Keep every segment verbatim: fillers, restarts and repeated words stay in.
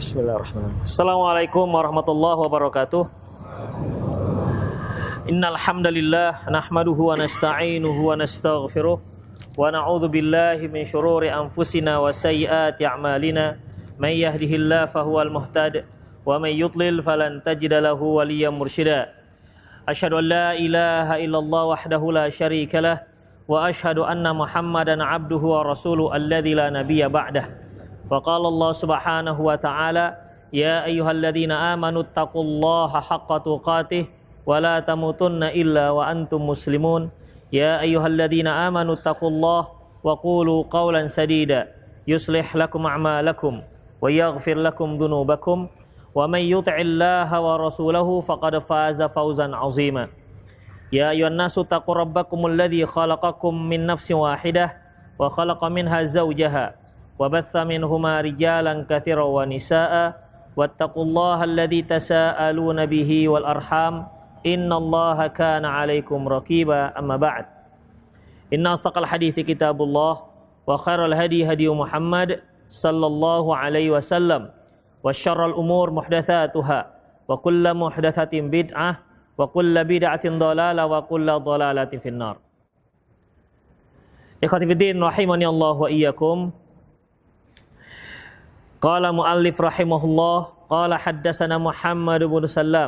Bismillahirrahmanirrahim. Assalamualaikum warahmatullahi wabarakatuh. Innal hamdalillah nahmaduhu wa nasta'inuhu wa nastaghfiruh wa na'udzu billahi min shururi anfusina wa sayyiati a'malina. May yahdihillahu fahuwal muhtadi wa may yudlil falan tajida lahu waliyyan mursyida. Asyhadu an la ilaha illallah wahdahu la syarika lah wa asyhadu anna Muhammadan 'abduhu wa rasuluhu alladzi la nabiyya ba'dah. Wa qala Allah Subhanahu wa ta'ala, ya ayyuhalladzina amanu taqullaha haqqa tuqatih wa la tamutunna illa wa antum muslimun. Ya ayyuhalladzina amanu taqullaha wa qulu qawlan sadida yuslih lakum a'malakum wa yaghfir lakum dhunubakum wa may yuti'illaha wa rasulahu faqad faza fawzan 'azima. Ya ayyuhan nasu taqu rabbakumul ladzi khalaqakum min nafsin wahidah wa khalaqa minha zawjaha wa batha minhuma rijalan katsiran wa nisaa wattaqullaha alladzi tasaaluna bihi wal arham innallaha kana 'alaikum raqiba. Amma ba'd. Inna asdaqal hadithi kitabullah wa khairal hadi hadi Muhammad sallallahu alaihi wasallam wa syarrul umur muhdatsatuha wa kullu muhdatsatin bid'ah wa kullu bid'atin dhalalah wa kullu dhalalatin finnar. Ikhwati fiddin rahimani Allah wa iyyakum. Qala muallif rahimahullah, qala haddatsana Muhammad bin Sallam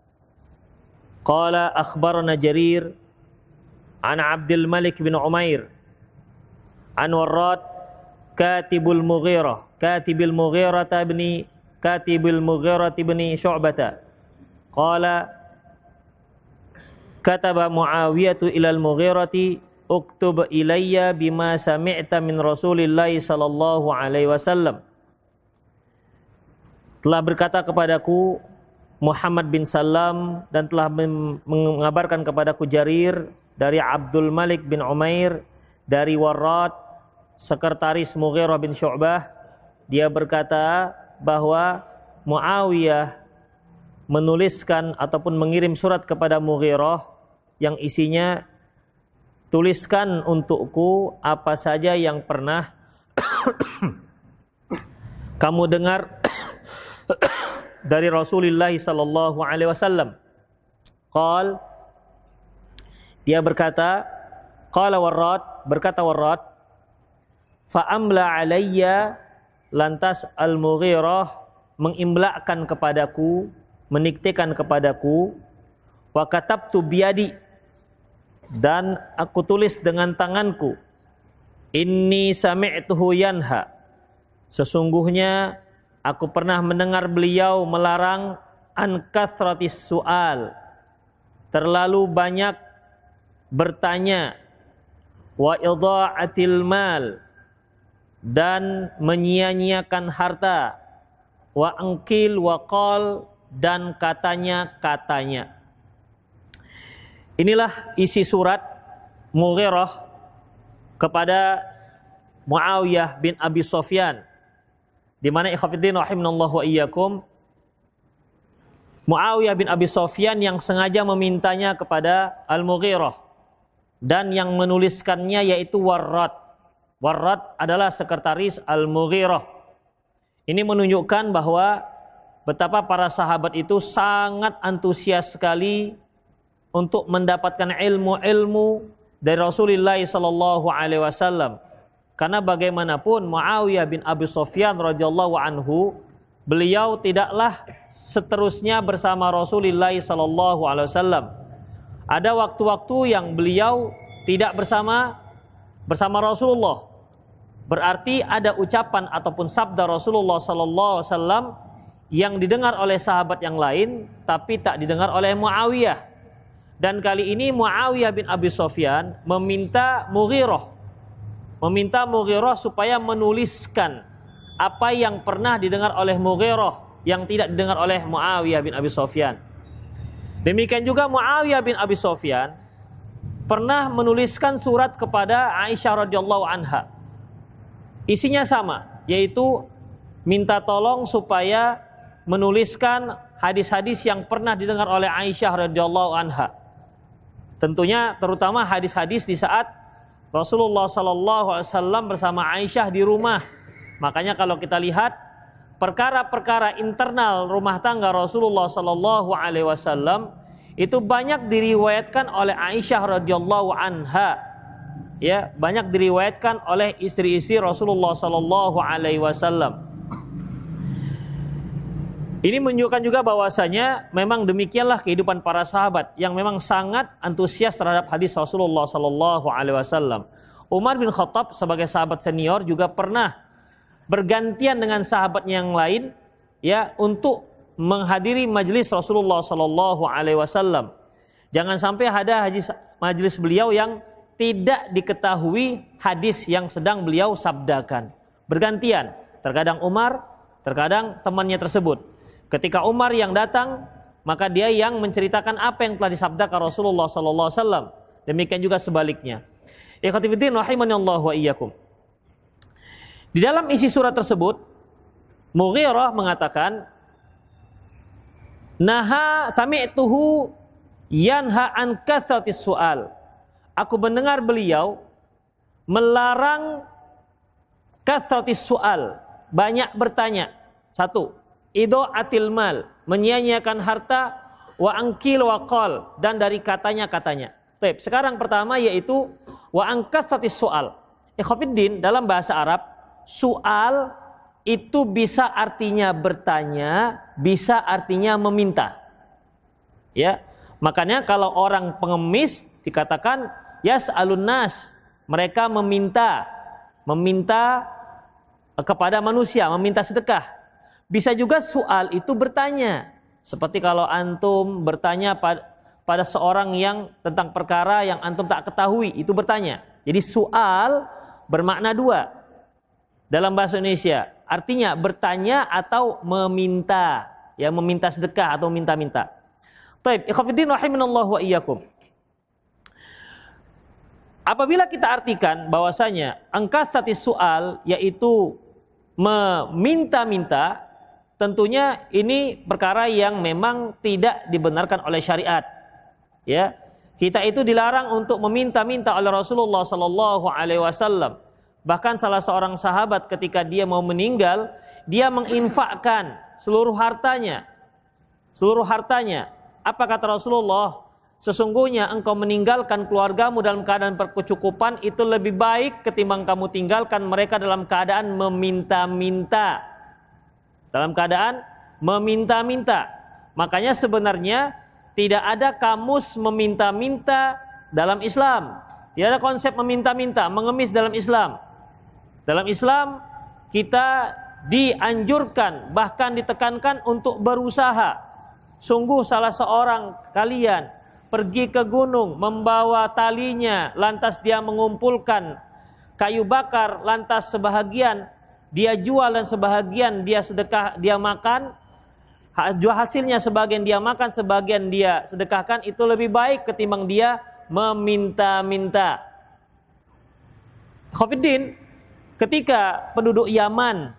qala akhbarana Jarir an Abdul Malik bin Umair an Warrad katibul Mughirah katibul Mughirah bin katibul Mughirah bin Syu'bah qala kataba Muawiyah ila al-Mughirah uktub ilayya bima sami'ta min Rasulillah sallallahu alaihi wasallam. Telah berkata kepadaku Muhammad bin Salam dan telah mengabarkan kepadaku Jarir dari Abdul Malik bin Umair dari Warrad sekretaris Mughirah bin Syu'bah. Dia berkata bahwa Muawiyah menuliskan ataupun mengirim surat kepada Mughirah yang isinya, tuliskan untukku apa saja yang pernah kamu dengar dari Rasulullah sallallahu alaihi wasallam. Qal, dia berkata, qala Warrad, berkata Warrad, fa amla alayya, lantas Al-Mughirah mengimla'kan kepadaku, meniktekan kepadaku, wa katabtu biyadi, dan aku tulis dengan tanganku, inni sami'tuhu yanha, sesungguhnya aku pernah mendengar beliau melarang an kathratis su'al, terlalu banyak bertanya, wa idha'atil mal, dan menyia-nyiakan harta, wa angkil wa qal, dan katanya-katanya. Inilah isi surat Mughirah kepada Muawiyah bin Abi Sufyan, di mana ikhwatiddin rahimanallahu wa iyyakum, Muawiyah bin Abi Sufyan yang sengaja memintanya kepada Al-Mughirah, dan yang menuliskannya yaitu Warrad. Warrad adalah sekretaris Al-Mughirah. Ini menunjukkan bahwa betapa para sahabat itu sangat antusias sekali untuk mendapatkan ilmu-ilmu dari Rasulullah sallallahu alaihi wasallam. Karena bagaimanapun Muawiyah bin Abi Sufyan radhiyallahu anhu, beliau tidaklah seterusnya bersama Rasulullah sallallahu alaihi wasallam. Ada waktu-waktu yang beliau tidak bersama bersama Rasulullah. Berarti ada ucapan ataupun sabda Rasulullah sallallahu alaihi wasallam yang didengar oleh sahabat yang lain tapi tak didengar oleh Muawiyah. Dan kali ini Muawiyah bin Abi Sufyan meminta Mughirah meminta Mughirah supaya menuliskan apa yang pernah didengar oleh Mughirah yang tidak didengar oleh Muawiyah bin Abi Sufyan. Demikian juga Muawiyah bin Abi Sufyan pernah menuliskan surat kepada Aisyah radhiyallahu anha. Isinya sama, yaitu minta tolong supaya menuliskan hadis-hadis yang pernah didengar oleh Aisyah radhiyallahu anha. Tentunya terutama hadis-hadis di saat Rasulullah sallallahu alaihi wasallam bersama Aisyah di rumah. Makanya kalau kita lihat perkara-perkara internal rumah tangga Rasulullah sallallahu alaihi wasallam itu banyak diriwayatkan oleh Aisyah radhiyallahu anha. Ya, banyak diriwayatkan oleh istri-istri Rasulullah sallallahu alaihi wasallam. Ini menunjukkan juga bahwasanya memang demikianlah kehidupan para sahabat yang memang sangat antusias terhadap hadis Rasulullah sallallahu alaihi wasallam. Umar bin Khattab sebagai sahabat senior juga pernah bergantian dengan sahabatnya yang lain ya untuk menghadiri majelis Rasulullah sallallahu alaihi wasallam. Jangan sampai ada hadis majelis beliau yang tidak diketahui hadis yang sedang beliau sabdakan. Bergantian, terkadang Umar, terkadang temannya tersebut. Ketika Umar yang datang, maka dia yang menceritakan apa yang telah disabdakan Rasulullah sallallahu alaihi wasallam. Demikian juga sebaliknya. Ikhwati fiddin rahimanallahu wa iyyakum. Di dalam isi surat tersebut, Mughirah mengatakan, "Naha sami'tuhu yanha an kathratis su'al." Aku mendengar beliau melarang kathratis su'al, banyak bertanya. Satu, idha'atil mal, menyia-nyiakan harta, wa angkil wa qal, dan dari katanya-katanya. Baik, sekarang pertama yaitu wa angkatsatis su'al. Ikhwatiddin, dalam bahasa Arab, su'al itu bisa artinya bertanya, bisa artinya meminta. Ya, makanya kalau orang pengemis dikatakan yas'alun nas, mereka meminta, meminta kepada manusia, meminta sedekah. Bisa juga soal itu bertanya, seperti kalau antum bertanya pada, pada seorang yang tentang perkara yang antum tak ketahui, itu bertanya. Jadi soal bermakna dua dalam bahasa Indonesia, artinya bertanya atau meminta, ya meminta sedekah atau minta-minta. Taib, ikhwatiddin rahimanallahu wa iyyakum. Apabila kita artikan bahwasanya angkatsatis su'al yaitu meminta-minta, tentunya ini perkara yang memang tidak dibenarkan oleh syariat. Ya, kita itu dilarang untuk meminta-minta oleh Rasulullah sallallahu alaihi wasallam. Bahkan salah seorang sahabat ketika dia mau meninggal, dia menginfakkan seluruh hartanya. Seluruh hartanya. Apa kata Rasulullah? Sesungguhnya engkau meninggalkan keluargamu dalam keadaan berkecukupan itu lebih baik ketimbang kamu tinggalkan mereka dalam keadaan meminta-minta. Dalam keadaan meminta-minta. Makanya sebenarnya tidak ada kamus meminta-minta dalam Islam. Tidak ada konsep meminta-minta, mengemis dalam Islam. Dalam Islam kita dianjurkan, bahkan ditekankan untuk berusaha. Sungguh salah seorang kalian pergi ke gunung membawa talinya, lantas dia mengumpulkan kayu bakar, lantas sebahagian dia jual dan sebahagian dia sedekah, dia makan. Jual hasilnya sebagian dia makan, sebagian dia sedekahkan, itu lebih baik ketimbang dia meminta-minta. Khofiddin, ketika penduduk Yaman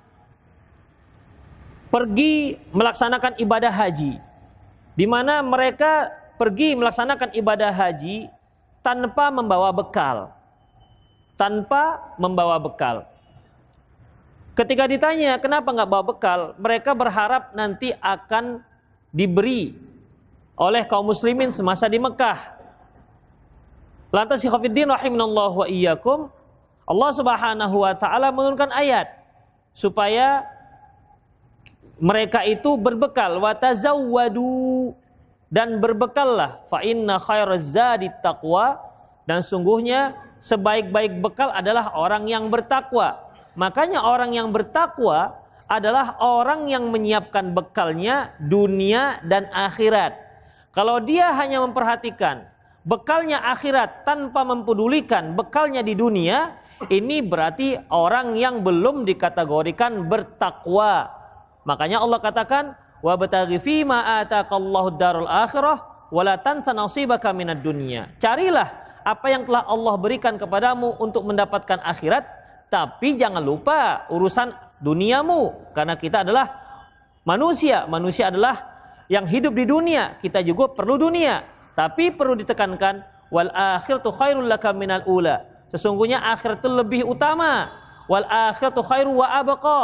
pergi melaksanakan ibadah haji, di mana mereka pergi melaksanakan ibadah haji tanpa membawa bekal. Tanpa membawa bekal. Ketika ditanya kenapa nggak bawa bekal, mereka berharap nanti akan diberi oleh kaum muslimin semasa di Mekah. Lantas ikhwatiddin rahimanallahu wa iyyakum, Allah Subhanahu wa taala menurunkan ayat supaya mereka itu berbekal, wa tazawwadu, dan berbekallah, fa inna khairaz zadi taqwa, dan sungguhnya sebaik-baik bekal adalah orang yang bertakwa. Makanya orang yang bertakwa adalah orang yang menyiapkan bekalnya dunia dan akhirat. Kalau dia hanya memperhatikan bekalnya akhirat tanpa mempedulikan bekalnya di dunia, ini berarti orang yang belum dikategorikan bertakwa. Makanya Allah katakan, wa bataghi fi ma ataqallahu darul akhirah wa la tansa nasibaka minad dunya. Carilah apa yang telah Allah berikan kepadamu untuk mendapatkan akhirat, tapi jangan lupa urusan duniamu, karena kita adalah manusia. Manusia adalah yang hidup di dunia, kita juga perlu dunia. Tapi perlu ditekankan, wal akhiratu khairul laka minal ula. Sesungguhnya akhirat itu lebih utama. Wal akhiratu khairu wa abqa.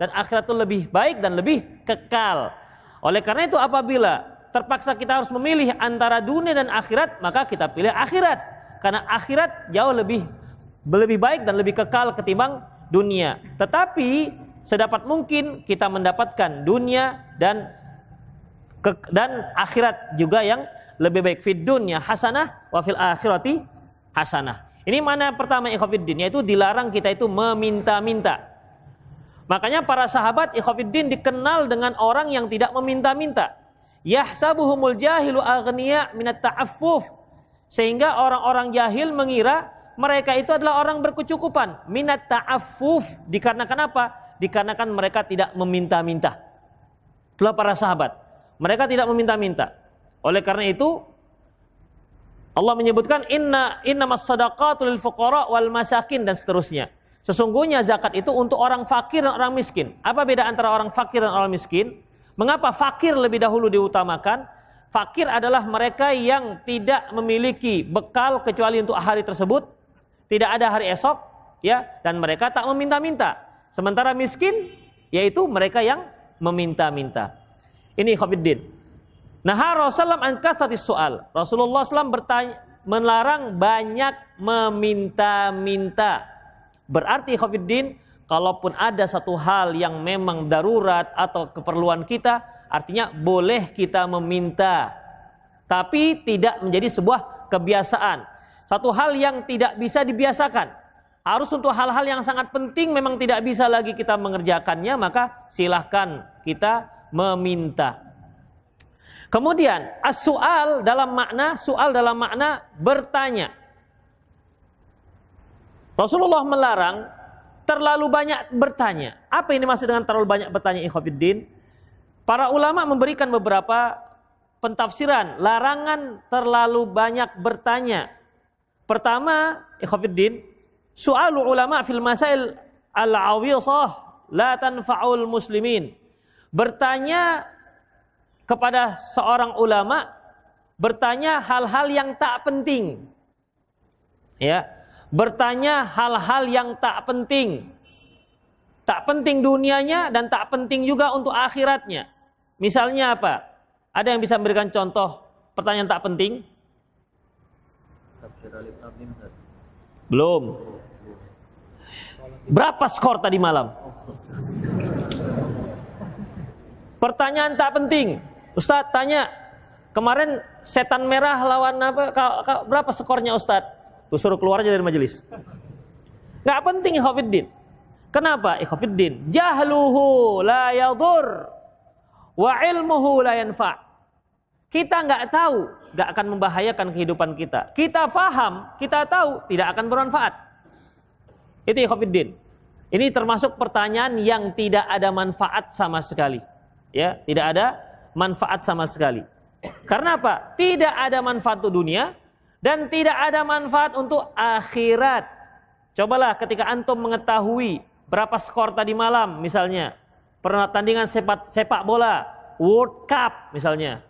dan akhirat itu lebih baik dan lebih kekal. Oleh karena itu apabila terpaksa kita harus memilih antara dunia dan akhirat, maka kita pilih akhirat. Karena akhirat jauh lebih lebih baik dan lebih kekal ketimbang dunia. Tetapi sedapat mungkin kita mendapatkan dunia dan ke, dan akhirat juga yang lebih baik. Fid dunya hasanah wa fil akhirati hasanah. Ini mana pertama ikhwafiddin, yaitu dilarang kita itu meminta-minta. Makanya para sahabat ikhwafiddin dikenal dengan orang yang tidak meminta-minta. Yahsabuhumul jahilu aghniya minat ta'affuf. Sehingga orang-orang jahil mengira mereka itu adalah orang berkecukupan. Minat ta'affuf. Dikarenakan apa? Dikarenakan mereka tidak meminta-minta. Itulah para sahabat. Mereka tidak meminta-minta. Oleh karena itu Allah menyebutkan inna innamas shadaqatu lil fuqara wal masakin dan seterusnya. Sesungguhnya zakat itu untuk orang fakir dan orang miskin. Apa beda antara orang fakir dan orang miskin? Mengapa fakir lebih dahulu diutamakan? Fakir adalah mereka yang tidak memiliki bekal kecuali untuk hari tersebut, tidak ada hari esok, ya, dan mereka tak meminta-minta. Sementara miskin yaitu mereka yang meminta-minta. Ini khabiddin. Nah, Rasulullah an kathrati soal. Rasulullah shallallahu alaihi wasallam bertanya, melarang banyak meminta-minta. Berarti khabiddin, kalaupun ada satu hal yang memang darurat atau keperluan kita, artinya boleh kita meminta. Tapi tidak menjadi sebuah kebiasaan. Satu hal yang tidak bisa dibiasakan. Harus untuk hal-hal yang sangat penting memang tidak bisa lagi kita mengerjakannya, maka silahkan kita meminta. Kemudian as-su'al dalam makna, su'al dalam makna bertanya. Rasulullah melarang terlalu banyak bertanya. Apa ini maksud dengan terlalu banyak bertanya ikhwafiddin? Para ulama memberikan beberapa pentafsiran larangan terlalu banyak bertanya. Pertama, ikhwafiddin, su'alu ulama fil masail al-awisah la tanfa'ul muslimin. Bertanya kepada seorang ulama, bertanya hal-hal yang tak penting. Ya, bertanya hal-hal yang tak penting. Tak penting dunianya dan tak penting juga untuk akhiratnya. Misalnya apa? Ada yang bisa memberikan contoh pertanyaan tak penting? Belum. Berapa skor tadi malam? Pertanyaan tak penting. Ustadz tanya, kemarin setan merah lawan apa? Berapa skornya Ustadz? Tuh suruh keluar aja dari majelis. Gak penting ikhwafiddin. Kenapa ikhwafiddin? Jahluhu la yadur wa ilmuhu la yanfa'. Kita gak tahu, gak akan membahayakan kehidupan kita. Kita faham, kita tahu, tidak akan bermanfaat. Itu ikhwafiddin. Ini termasuk pertanyaan yang tidak ada manfaat sama sekali. Ya, tidak ada manfaat sama sekali. Karena apa? Tidak ada manfaat untuk dunia dan tidak ada manfaat untuk akhirat. Cobalah ketika antum mengetahui berapa skor tadi malam misalnya, pertandingan sepak sepak bola World Cup misalnya.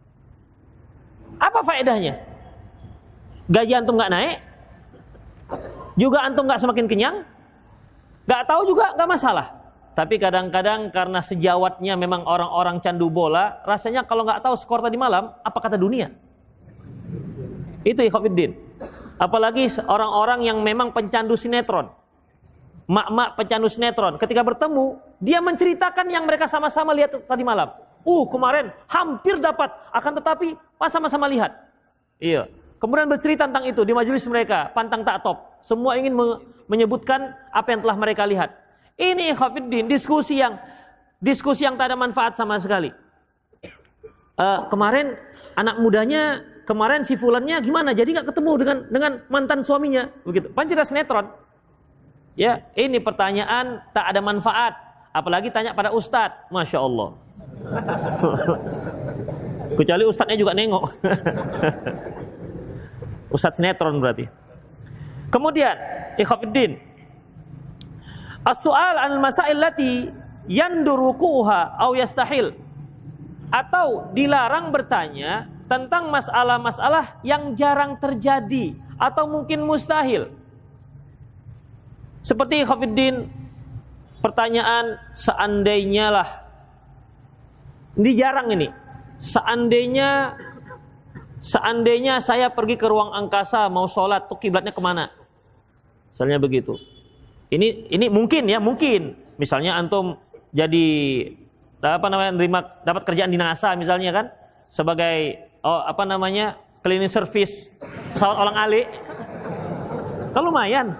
Apa faedahnya? Gaji antum nggak naik, juga antum nggak semakin kenyang, nggak tahu juga nggak masalah. Tapi kadang-kadang karena sejawatnya memang orang-orang candu bola, rasanya kalau nggak tahu skor tadi malam, apa kata dunia? Itu ikhwafiddin. Apalagi orang-orang yang memang pencandu sinetron, mak-mak pencandu sinetron, ketika bertemu, dia menceritakan yang mereka sama-sama lihat tadi malam. Uh, kemarin hampir dapat, akan tetapi pas sama-sama lihat. Iya. Kemudian bercerita tentang itu di majelis mereka, pantang tak top. Semua ingin me- menyebutkan apa yang telah mereka lihat. Ini ikhwafiddin, diskusi yang diskusi yang tak ada manfaat sama sekali. Uh, kemarin anak mudanya, kemarin si fulannya gimana? Jadi nggak ketemu dengan dengan mantan suaminya, begitu. Pancerita sinetron. Ya, ini pertanyaan tak ada manfaat. Apalagi tanya pada ustadz, masya Allah. Kecuali ustadznya juga nengok. Ustadz sinetron berarti. Kemudian, ikhwafiddin, as-su'al anil masail lati yandurukuha au yastahil, atau dilarang bertanya tentang masalah-masalah yang jarang terjadi atau mungkin mustahil. Seperti ikhwafiddin, pertanyaan seandainya lah. Ini jarang ini. Seandainya seandainya saya pergi ke ruang angkasa mau sholat, tuh kiblatnya kemana? Misalnya begitu. Ini ini mungkin ya, mungkin. Misalnya antum jadi apa namanya nerima dapat kerjaan di NASA misalnya kan, sebagai oh, apa namanya cleaning service pesawat olang-alik. Kan lumayan.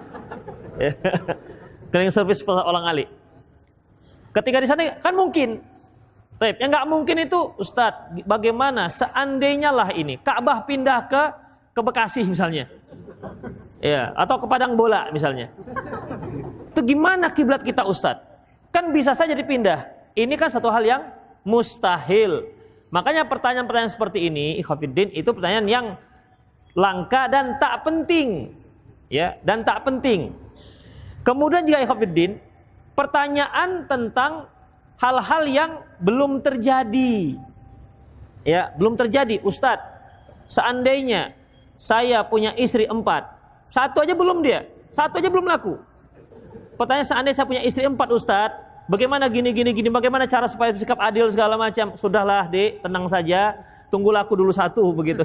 Cleaning service pesawat olang-alik. Ketika di sana kan mungkin. Tapi yang nggak mungkin itu, Ustadz, bagaimana seandainya lah ini Ka'bah pindah ke ke Bekasi misalnya, ya, atau ke Padang Bola misalnya, itu gimana kiblat kita, Ustadz? Kan bisa saja dipindah. Ini kan satu hal yang mustahil. Makanya pertanyaan-pertanyaan seperti ini, ikhwatiddin, itu pertanyaan yang langka dan tak penting, ya, dan tak penting. Kemudian juga ikhwatiddin, pertanyaan tentang hal-hal yang belum terjadi, ya, belum terjadi. Ustadz, seandainya saya punya istri empat, satu aja belum dia, satu aja belum laku. Pertanyaan, seandainya saya punya istri empat, Ustadz, bagaimana gini gini gini, bagaimana cara supaya bersikap adil segala macam. Sudahlah dek, tenang saja, tunggu laku dulu satu, begitu.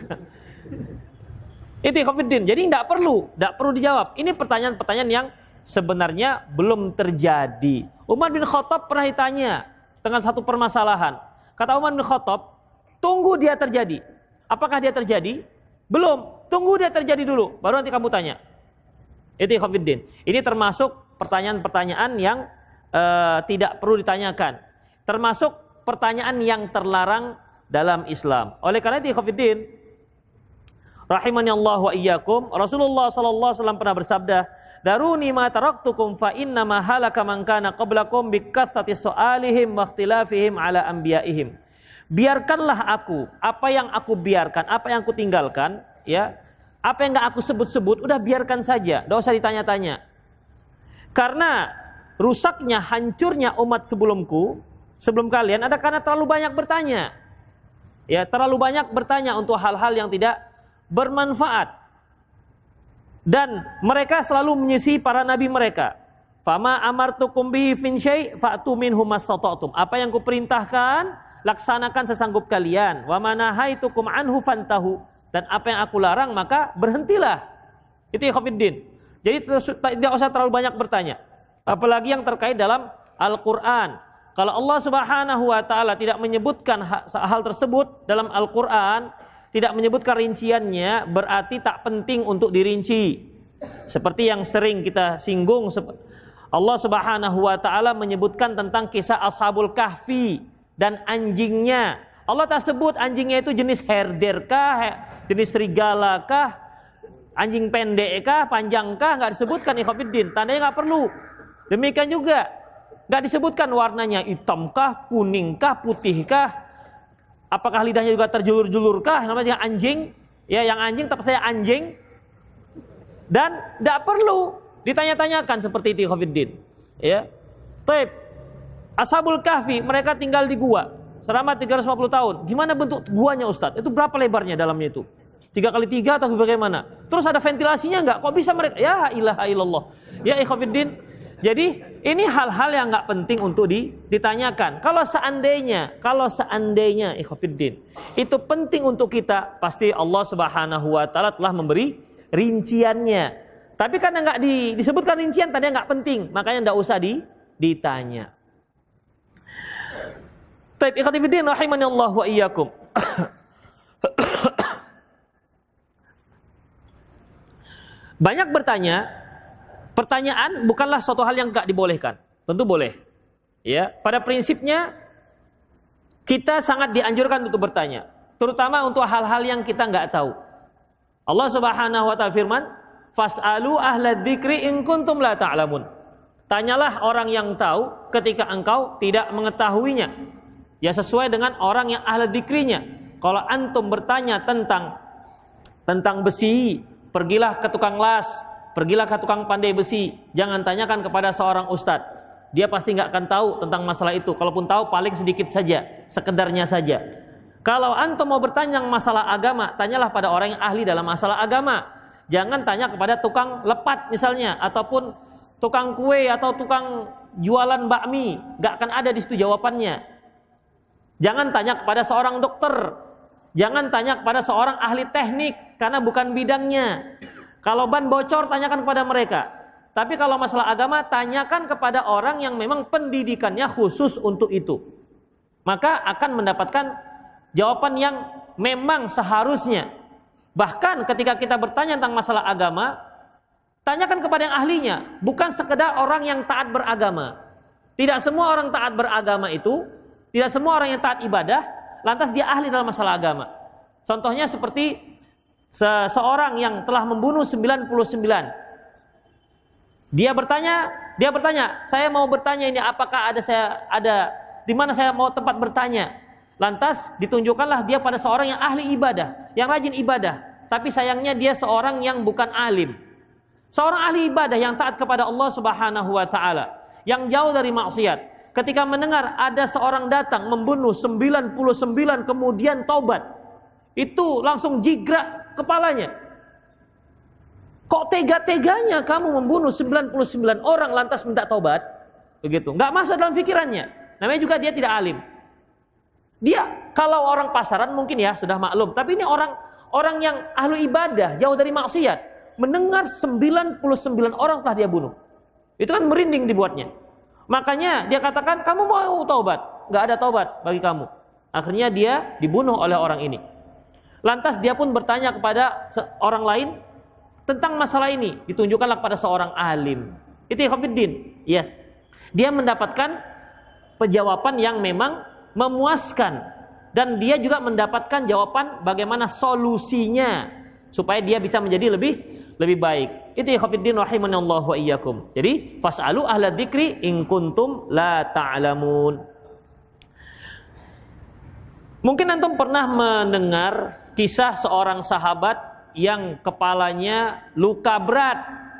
Itu ikhwatiddin. Jadi tidak perlu, tidak perlu dijawab. Ini pertanyaan-pertanyaan yang sebenarnya belum terjadi. Umar bin Khattab pernah ditanya dengan satu permasalahan. Kata Umar bin Khattab, tunggu dia terjadi. Apakah dia terjadi? Belum. Tunggu dia terjadi dulu, baru nanti kamu tanya. Itu ikhwatiddin. Ini termasuk pertanyaan-pertanyaan yang uh, tidak perlu ditanyakan. Termasuk pertanyaan yang terlarang dalam Islam. Oleh karena itu ikhwatiddin, rahimani Allah wa iyyakum, Rasulullah sallallahu alaihi wasallam pernah bersabda, daruni ma taraktukum fa inna ma halaka man kana qablakum bi kathrati su'alihim wa ikhtilafihim ala anbiya'ihim. Biarkanlah aku, apa yang aku biarkan, apa yang aku tinggalkan, ya, apa yang enggak aku sebut-sebut, udah biarkan saja, enggak usah ditanya-tanya. Karena rusaknya, hancurnya umat sebelumku, sebelum kalian, ada karena terlalu banyak bertanya. Ya, terlalu banyak bertanya untuk hal-hal yang tidak bermanfaat. Dan mereka selalu menyisihi para nabi mereka. Fama amartukum bihi fin syai' fa'tu minhu mastata'tum. Apa yang kuperintahkan, laksanakan sesanggup kalian. Wa ma nahaitukum anhu fantahu. Dan apa yang aku larang, maka berhentilah. Itu ikhwatiddin. Jadi tidak usah terlalu banyak bertanya. Apalagi yang terkait dalam Al-Qur'an. Kalau Allah Subhanahu wa taala tidak menyebutkan hal tersebut dalam Al-Qur'an, tidak menyebutkan rinciannya, berarti tak penting untuk dirinci. Seperti yang sering kita singgung, Allah Subhanahu wa taala menyebutkan tentang kisah Ashabul Kahfi dan anjingnya. Allah tak sebut anjingnya itu jenis herder kah, jenis serigala kah, anjing pendek kah, panjang kah, enggak disebutkan ikhwatiddin. Tandanya enggak perlu. Demikian juga enggak disebutkan warnanya hitam kah, kuning kah, putih kah, apakah lidahnya juga terjulur-julur kah, namanya anjing, ya, yang anjing tetap saya anjing. Dan tidak perlu ditanya-tanyakan seperti itu ikhwatiddin, ya. Baik. Ashabul Kahfi, mereka tinggal di gua selama tiga ratus lima puluh tahun. Gimana bentuk guanya, Ustadz? Itu berapa lebarnya dalamnya itu? Tiga kali tiga atau bagaimana? Terus ada ventilasinya enggak? Kok bisa mereka? Ya ilaha illallah. Ya ikhwatiddin. Jadi ini hal-hal yang enggak penting untuk ditanyakan. Kalau seandainya, kalau seandainya ikhwatiddin, itu penting untuk kita, pasti Allah Subhanahu wa taala telah memberi rinciannya. Tapi karena enggak di, disebutkan rincian, tadinya enggak penting, makanya enggak usah di, ditanya. Taib ikhwatiddin rahimani Allah wa iyyakum. Banyak bertanya, pertanyaan bukanlah suatu hal yang enggak dibolehkan. Tentu boleh. Ya, pada prinsipnya kita sangat dianjurkan untuk bertanya, terutama untuk hal-hal yang kita enggak tahu. Allah Subhanahu wa taala firman, "Fas'alu ahla dzikri in kuntum la ta'lamun." Tanyalah orang yang tahu ketika engkau tidak mengetahuinya. Ya, sesuai dengan orang yang ahli dzikrinya. Kalau antum bertanya tentang tentang besi, pergilah ke tukang las, pergilah ke tukang pandai besi. Jangan tanyakan kepada seorang ustadz. Dia pasti nggak akan tahu tentang masalah itu. Kalaupun tahu paling sedikit saja, sekedarnya saja. Kalau antum mau bertanya masalah agama, tanyalah pada orang yang ahli dalam masalah agama. Jangan tanya kepada tukang lepat misalnya, ataupun tukang kue atau tukang jualan bakmi, nggak akan ada di situ jawabannya. Jangan tanya kepada seorang dokter, jangan tanya kepada seorang ahli teknik karena bukan bidangnya. Kalau ban bocor, tanyakan kepada mereka. Tapi kalau masalah agama, tanyakan kepada orang yang memang pendidikannya khusus untuk itu. Maka akan mendapatkan jawaban yang memang seharusnya. Bahkan ketika kita bertanya tentang masalah agama, tanyakan kepada yang ahlinya, bukan sekedar orang yang taat beragama. Tidak semua orang taat beragama itu, tidak semua orang yang taat ibadah, lantas dia ahli dalam masalah agama. Contohnya seperti seseorang yang telah membunuh sembilan puluh sembilan. Dia bertanya, dia bertanya, saya mau bertanya ini apakah ada saya ada di mana saya mau tempat bertanya. Lantas ditunjukkanlah dia pada seorang yang ahli ibadah, yang rajin ibadah, tapi sayangnya dia seorang yang bukan alim. Seorang ahli ibadah yang taat kepada Allah Subhanahu wa taala, yang jauh dari maksiat. Ketika mendengar ada seorang datang membunuh sembilan puluh sembilan kemudian taubat, itu langsung jigrak kepalanya. Kok tega-teganya kamu membunuh sembilan puluh sembilan orang lantas minta taubat? Begitu. Enggak masuk dalam pikirannya. Namanya juga dia tidak alim. Dia kalau orang pasaran mungkin ya sudah maklum, tapi ini orang orang yang ahlu ibadah, jauh dari maksiat, mendengar sembilan puluh sembilan orang telah dia bunuh. Itu kan merinding dibuatnya. Makanya dia katakan, kamu mau taubat? Enggak ada taubat bagi kamu. Akhirnya dia dibunuh oleh orang ini. Lantas dia pun bertanya kepada orang lain tentang masalah ini, ditunjukkanlah kepada seorang alim. Itu ikhwatiddin, ya. Dia mendapatkan jawaban yang memang memuaskan dan dia juga mendapatkan jawaban bagaimana solusinya supaya dia bisa menjadi lebih lebih baik. Itu ikhwatiddin rahimanallahu wa iyyakum. Jadi fas'alu ahla dzikri in kuntum la ta'lamun. Mungkin antum pernah mendengar kisah seorang sahabat yang kepalanya luka berat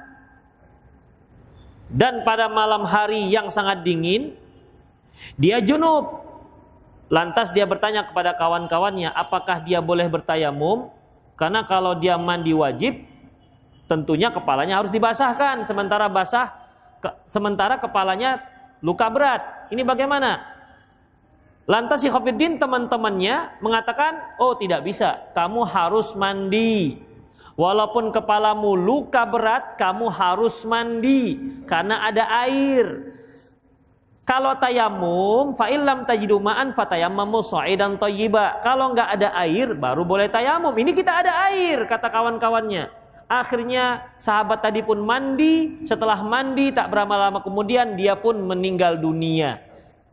dan pada malam hari yang sangat dingin dia junub. Lantas dia bertanya kepada kawan-kawannya, apakah dia boleh bertayamum? Karena kalau dia mandi wajib, tentunya kepalanya harus dibasahkan, sementara basah ke, sementara kepalanya luka berat. Ini bagaimana? Lantas ikhwatiddin teman-temannya mengatakan, oh tidak bisa, kamu harus mandi. Walaupun kepalamu luka berat, kamu harus mandi karena ada air. Kalau tayamum, fa illam tajidu ma'an fatayammamu sha'idan thayyiba. Kalau enggak ada air, baru boleh tayamum. Ini kita ada air, kata kawan-kawannya. Akhirnya sahabat tadi pun mandi. Setelah mandi, tak berapa lama kemudian dia pun meninggal dunia.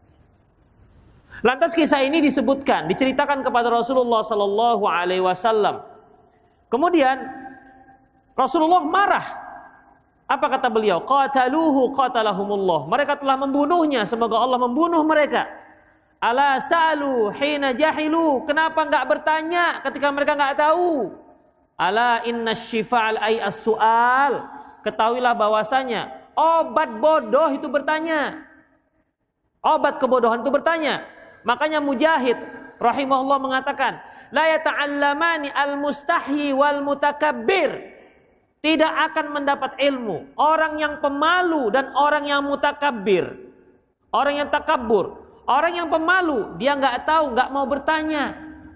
Lantas kisah ini disebutkan, diceritakan kepada Rasulullah sallallahu alaihi wasallam. Kemudian Rasulullah marah. Apa kata beliau? Qataluhu qatalahumullah. Mereka telah membunuhnya, semoga Allah membunuh mereka. Ala sa'alu hina jahilu. Kenapa enggak bertanya ketika mereka enggak tahu? Ala inna syifa'al ay as-su'al. Ketahuilah bahwasanya obat bodoh itu bertanya. Obat kebodohan itu bertanya. Makanya Mujahid rahimahullah mengatakan, la yata'allamani al-mustahi wal mutakabbir. Tidak akan mendapat ilmu orang yang pemalu dan orang yang mutakabbir. Orang yang takabur, orang yang pemalu, dia nggak tahu, nggak mau bertanya.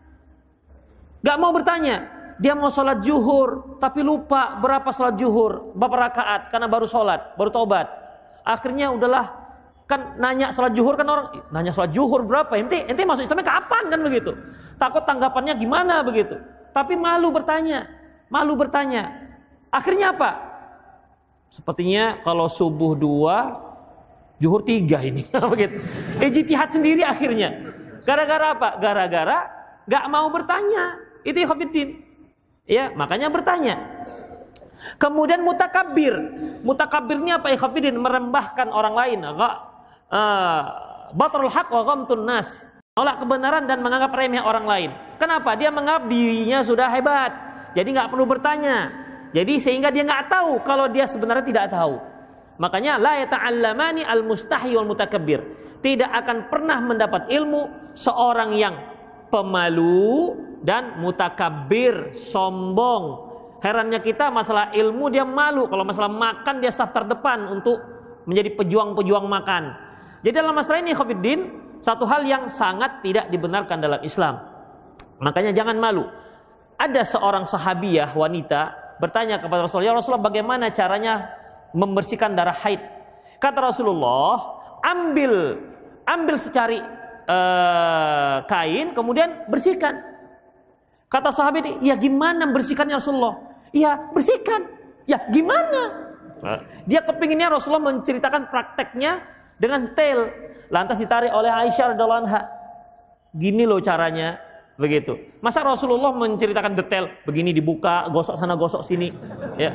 Nggak mau bertanya. Dia mau sholat zuhur, tapi lupa berapa sholat zuhur, berapa rakaat, karena baru sholat, baru taubat. Akhirnya udahlah, kan nanya sholat zuhur kan orang, nanya sholat zuhur berapa? Ente, ente masuk Islamnya kapan kan begitu? Takut tanggapannya gimana begitu. Tapi malu bertanya, malu bertanya. Akhirnya apa? Sepertinya kalau subuh dua, zuhur tiga ini, begitu. Ijtihad sendiri akhirnya. Gara-gara apa? Gara-gara nggak mau bertanya. Itu ikhwatiddin. Ya, makanya bertanya. Kemudian mutakabbir. Mutakabbirnya apa ikhwatiddin? Merembahkan orang lain. Gak, uh, batrul haq wa ghamtun nas. Menolak kebenaran dan menganggap remeh orang lain. Kenapa? Dia menganggap dirinya sudah hebat. Jadi nggak perlu bertanya. Jadi sehingga dia nggak tahu kalau dia sebenarnya tidak tahu. Makanya la yata'allamani al-mustahi wal mutakabbir. Tidak akan pernah mendapat ilmu seorang yang pemalu dan mutakabbir, sombong. Herannya kita masalah ilmu dia malu, kalau masalah makan dia saf terdepan untuk menjadi pejuang-pejuang makan. Jadi dalam masalah ini khofiddin, satu hal yang sangat tidak dibenarkan dalam Islam. Makanya jangan malu. Ada seorang sahabiyah wanita bertanya kepada Rasulullah, "Ya Rasulullah, bagaimana caranya membersihkan darah haid?" Kata Rasulullah, ambil ambil secari uh, kain, kemudian bersihkan. Kata sahabat, "Ya gimana bersihkannya Rasulullah?" "Ya bersihkan." "Ya gimana?" Dia kepinginnya Rasulullah menceritakan prakteknya dengan detail. Lantas ditarik oleh Aisyah radhiyallahu anha. "Gini loh caranya." Begitu. Masa Rasulullah menceritakan detail, begini dibuka, gosok sana gosok sini, ya.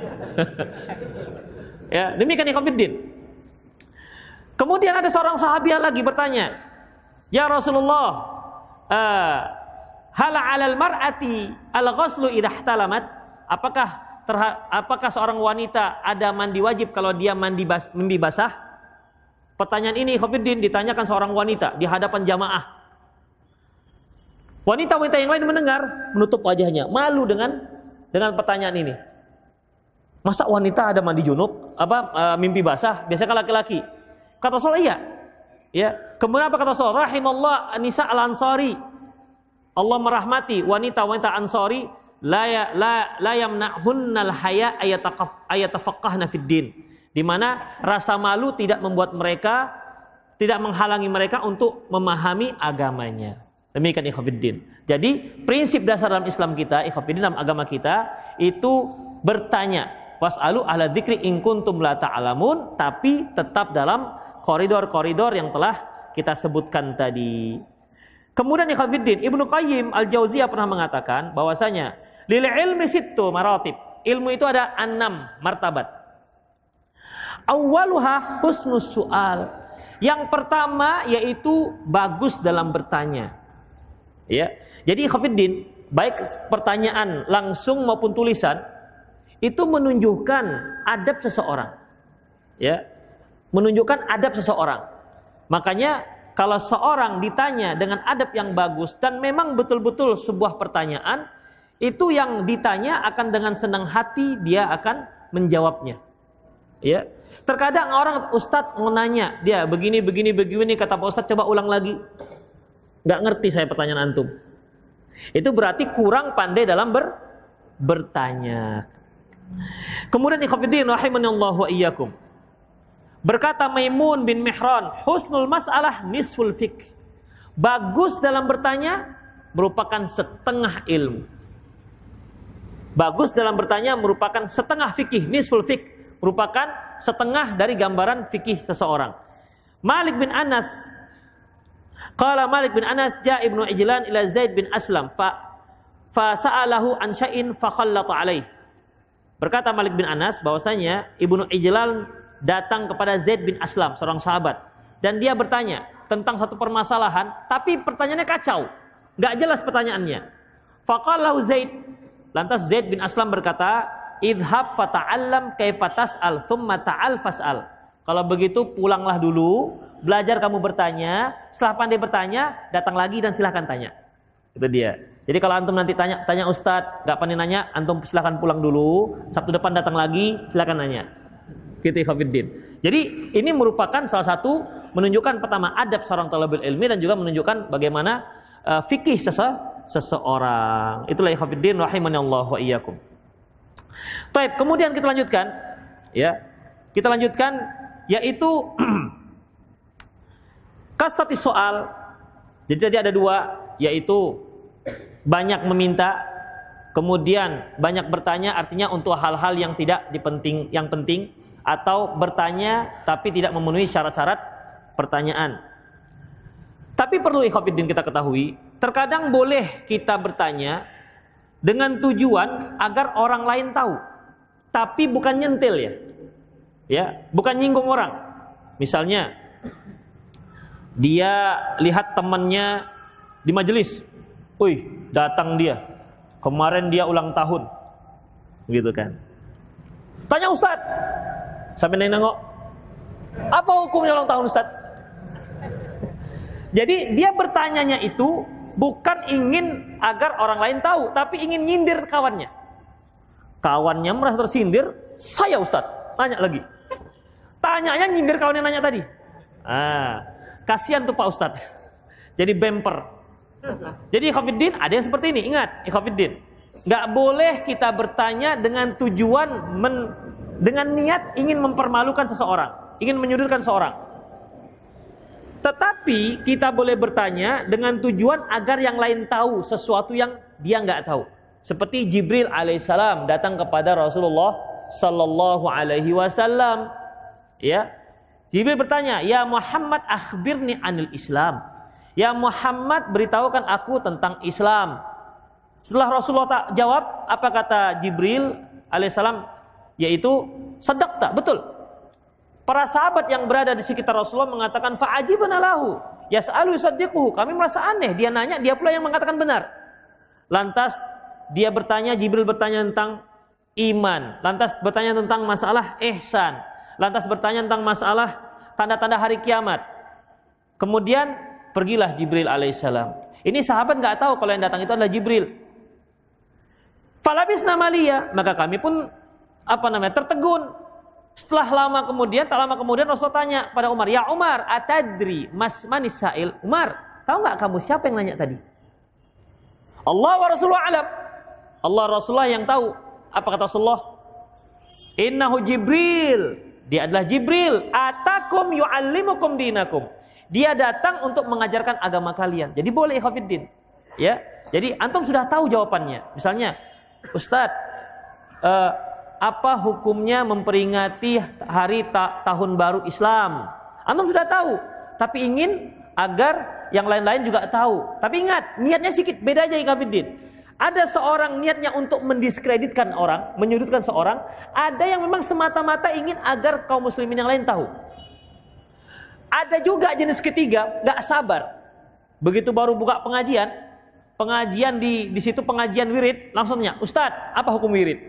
Ya, demikian ikhwatiddin. Kemudian ada seorang sahabiah lagi bertanya, "Ya Rasulullah, uh, hal 'alal mar'ati al-ghuslu idza ihtalamat?" Apakah terha- apakah seorang wanita ada mandi wajib kalau dia mandi bas- mimpi basah? Pertanyaan ini ikhwatiddin ditanyakan seorang wanita di hadapan jamaah. Wanita-wanita yang lain mendengar, menutup wajahnya, malu dengan dengan pertanyaan ini. Masa wanita ada mandi junub, apa e, mimpi basah? Biasanya kan laki-laki. Kata Rasulullah, iya. Ya. Kemudian apa kata Rasulullah? Rahimallah nisa al-ansari. Allah merahmati wanita-wanita Ansari, la ya, la la yamna'hunnal haya ayataqaf ayatafaqqahna fid din. Di mana rasa malu tidak membuat mereka, tidak menghalangi mereka untuk memahami agamanya. Demikian ikhwatiddin. Jadi prinsip dasar dalam Islam kita, ikhwatiddin, dalam agama kita itu bertanya, was'alu ahla dzikri in kuntum la ta'lamun, tapi tetap dalam koridor-koridor yang telah kita sebutkan tadi. Kemudian ikhwatiddin, Ibnu Qayyim Al-Jauziyah pernah mengatakan bahwasanya lil ilmi sittu maratib. Ilmu itu ada enam martabat. Awwaluha husnus su'al. Yang pertama yaitu bagus dalam bertanya. Ya. Jadi ikhwatiddin, baik pertanyaan langsung maupun tulisan itu menunjukkan adab seseorang. Ya. Menunjukkan adab seseorang. Makanya kalau seorang ditanya dengan adab yang bagus dan memang betul-betul sebuah pertanyaan, itu yang ditanya akan dengan senang hati dia akan menjawabnya. Ya. Terkadang orang ustadz mau nanya, dia begini begini begini, kata Pak Ustadz coba ulang lagi. Nggak ngerti saya pertanyaan antum. Itu berarti kurang pandai dalam ber, bertanya. Kemudian ikhwatiddin rahimanallahu wa iyyakum. Berkata Maimun bin Mihran, husnul mas'alah nisful fiqh. Bagus dalam bertanya merupakan setengah ilmu. Bagus dalam bertanya merupakan setengah fikih, nisful fiqh. Merupakan setengah dari gambaran fikih seseorang. Malik bin Anas, qala Malik bin Anas, ja Ibnu Ijlan ila Zaid bin Aslam fa fa sa'alahu an syai'in fa khallata alaih. Berkata Malik bin Anas bahwasanya Ibnu Ijlan datang kepada Zaid bin Aslam, seorang sahabat, dan dia bertanya tentang satu permasalahan, tapi pertanyaannya kacau, enggak jelas pertanyaannya. Faqalahu Zaid, lantas Zaid bin Aslam berkata, idhab fata'allam kaifa tas'al thumma ta'al fas'al. Kalau begitu pulanglah dulu, belajar kamu bertanya, setelah pandai bertanya, datang lagi dan silahkan tanya. Itu dia. Jadi kalau antum nanti tanya, tanya Ustadz, gak pandai nanya, antum silahkan pulang dulu, Sabtu depan datang lagi, silahkan nanya. Gitu ikhwatiddin. Jadi ini merupakan salah satu menunjukkan pertama adab seorang thalibul ilmi dan juga menunjukkan bagaimana uh, fikih sese, seseorang. Itulah ikhwatiddin rahimanallahu wa iyyakum. Baik, kemudian kita lanjutkan, ya, kita lanjutkan, yaitu kasrati soal. Jadi tadi ada dua, yaitu banyak meminta, kemudian banyak bertanya, artinya untuk hal-hal yang tidak dipenting, yang penting, atau bertanya tapi tidak memenuhi syarat-syarat pertanyaan. Tapi perlu ikhwatiddin kita ketahui, terkadang boleh kita bertanya dengan tujuan agar orang lain tahu, tapi bukan nyentil ya, ya, bukan nyinggung orang. Misalnya dia lihat temannya di majelis, wih datang dia, kemarin dia ulang tahun, gitu kan? Tanya Ustadz, sampai nengok, apa hukumnya ulang tahun Ustadz? Jadi dia bertanyanya itu bukan ingin agar orang lain tahu, tapi ingin nyindir kawannya. Kawannya merasa tersindir, saya Ustadz, tanya lagi. Tanyanya nyindir kawan yang nanya tadi. Ah, kasihan tuh Pak Ustadz. Jadi bemper. Jadi ikhwatiddin ada yang seperti ini. Ingat, ikhwatiddin, nggak boleh kita bertanya dengan tujuan men, dengan niat ingin mempermalukan seseorang, ingin menyudutkan seorang. Tetapi kita boleh bertanya dengan tujuan agar yang lain tahu sesuatu yang dia nggak tahu. Seperti Jibril alaihissalam datang kepada Rasulullah sallallahu alaihi wasallam. Ya, Jibril bertanya, ya Muhammad akhbirni anil Islam. Ya Muhammad beritahukan aku tentang Islam. Setelah Rasulullah tak jawab, apa kata Jibril alaihissalam? Yaitu sadaqta, betul. Para sahabat yang berada di sekitar Rasulullah mengatakan fa'ajibna lahu yas'alu yusaddiquhu. Kami merasa aneh, dia nanya, dia pula yang mengatakan benar. Lantas dia bertanya, Jibril bertanya tentang iman, lantas bertanya tentang masalah ihsan, lantas bertanya tentang masalah tanda-tanda hari kiamat. Kemudian pergilah Jibril alaihissalam. Ini sahabat nggak tahu kalau yang datang itu adalah Jibril. Falabisna maliya, maka kami pun apa namanya tertegun. Setelah lama kemudian, tak lama kemudian Rasulullah tanya pada Umar, ya Umar, atadri mas manis sa'il. Umar, tahu nggak kamu siapa yang nanya tadi? Allah wa Rasulullah alam. Allah Rasulullah yang tahu. Apa kata Rasulullah? Innahu Jibril. Dia adalah Jibril. Atakum yu'allimukum dinakum. Dia datang untuk mengajarkan agama kalian. Jadi boleh ikhwatiddin. Ya. Jadi antum sudah tahu jawabannya. Misalnya, Ustadz, uh, apa hukumnya memperingati hari ta tahun baru Islam? Antum sudah tahu, tapi ingin agar yang lain-lain juga tahu. Tapi ingat, niatnya sedikit beda aja ikhwatiddin. Ada seorang niatnya untuk mendiskreditkan orang, menyudutkan seorang. Ada yang memang semata-mata ingin agar kaum muslimin yang lain tahu. Ada juga jenis ketiga, gak sabar. Begitu baru buka pengajian, pengajian di di situ pengajian wirid, langsungnya, Ustadz, apa hukum wirid?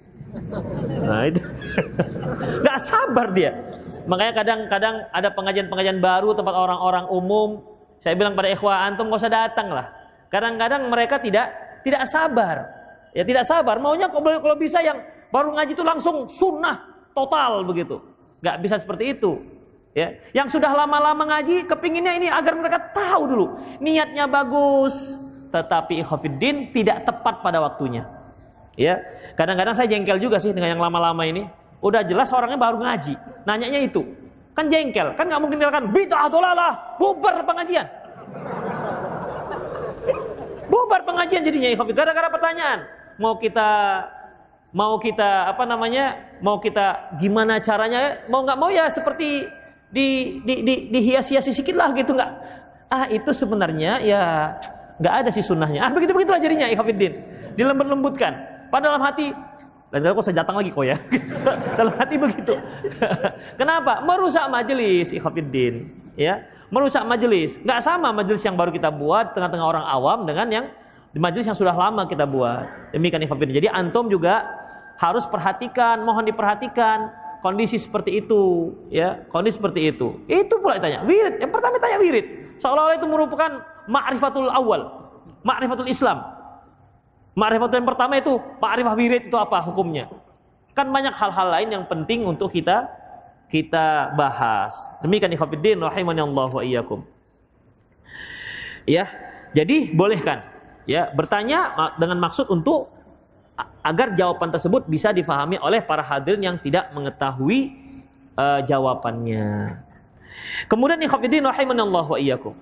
Nah itu, gak sabar dia. Makanya kadang-kadang ada pengajian-pengajian baru tempat orang-orang umum. Saya bilang pada ikhwah, antum gak usah datang lah. Kadang-kadang mereka tidak tidak sabar. Ya tidak sabar. Maunya kalau, kalau bisa yang baru ngaji itu langsung sunnah total begitu. Gak bisa seperti itu. Ya, yang sudah lama-lama ngaji kepinginnya ini agar mereka tahu dulu niatnya bagus, tetapi ikhwatiddin tidak tepat pada waktunya. Ya, kadang-kadang saya jengkel juga sih dengan yang lama-lama ini. Udah jelas orangnya baru ngaji, nanyanya itu kan jengkel, kan nggak mungkin kan bid'ah dolalah, bubar pengajian, bubar pengajian jadinya ikhwatiddin gara-gara pertanyaan. Mau kita mau kita apa namanya, mau kita gimana caranya, mau nggak mau ya seperti di di di dihias-hiasi sedikit lah gitu, nggak ah itu sebenarnya ya nggak ada sih sunnahnya, ah begitu begitulah jadinya ikhwatiddin, dilembut-lembutkan padahal dalam hati lain kok saya datang lagi kok ya dalam hati begitu. Kenapa? Merusak majelis ikhwatiddin, ya merusak majelis. Nggak sama majelis yang baru kita buat tengah-tengah orang awam dengan yang di majelis yang sudah lama kita buat. Demikian ikhwatiddin. Jadi antum juga harus perhatikan, mohon diperhatikan kondisi seperti itu, ya, kondisi seperti itu. Itu pula ditanya, wirid. Yang pertama tanya wirid. Seolah-olah itu merupakan ma'rifatul awal, ma'rifatul Islam. Ma'rifatul yang pertama itu, ma'rifah wirid itu apa hukumnya? Kan banyak hal-hal lain yang penting untuk kita kita bahas. Demikian ikhwatiddin rahimani Allah wa iyyakum. Ya, jadi bolehkan ya bertanya dengan maksud untuk agar jawaban tersebut bisa difahami oleh para hadirin yang tidak mengetahui uh, jawabannya. Kemudian ikhwatiddin rahimanallahu wa iyyakum.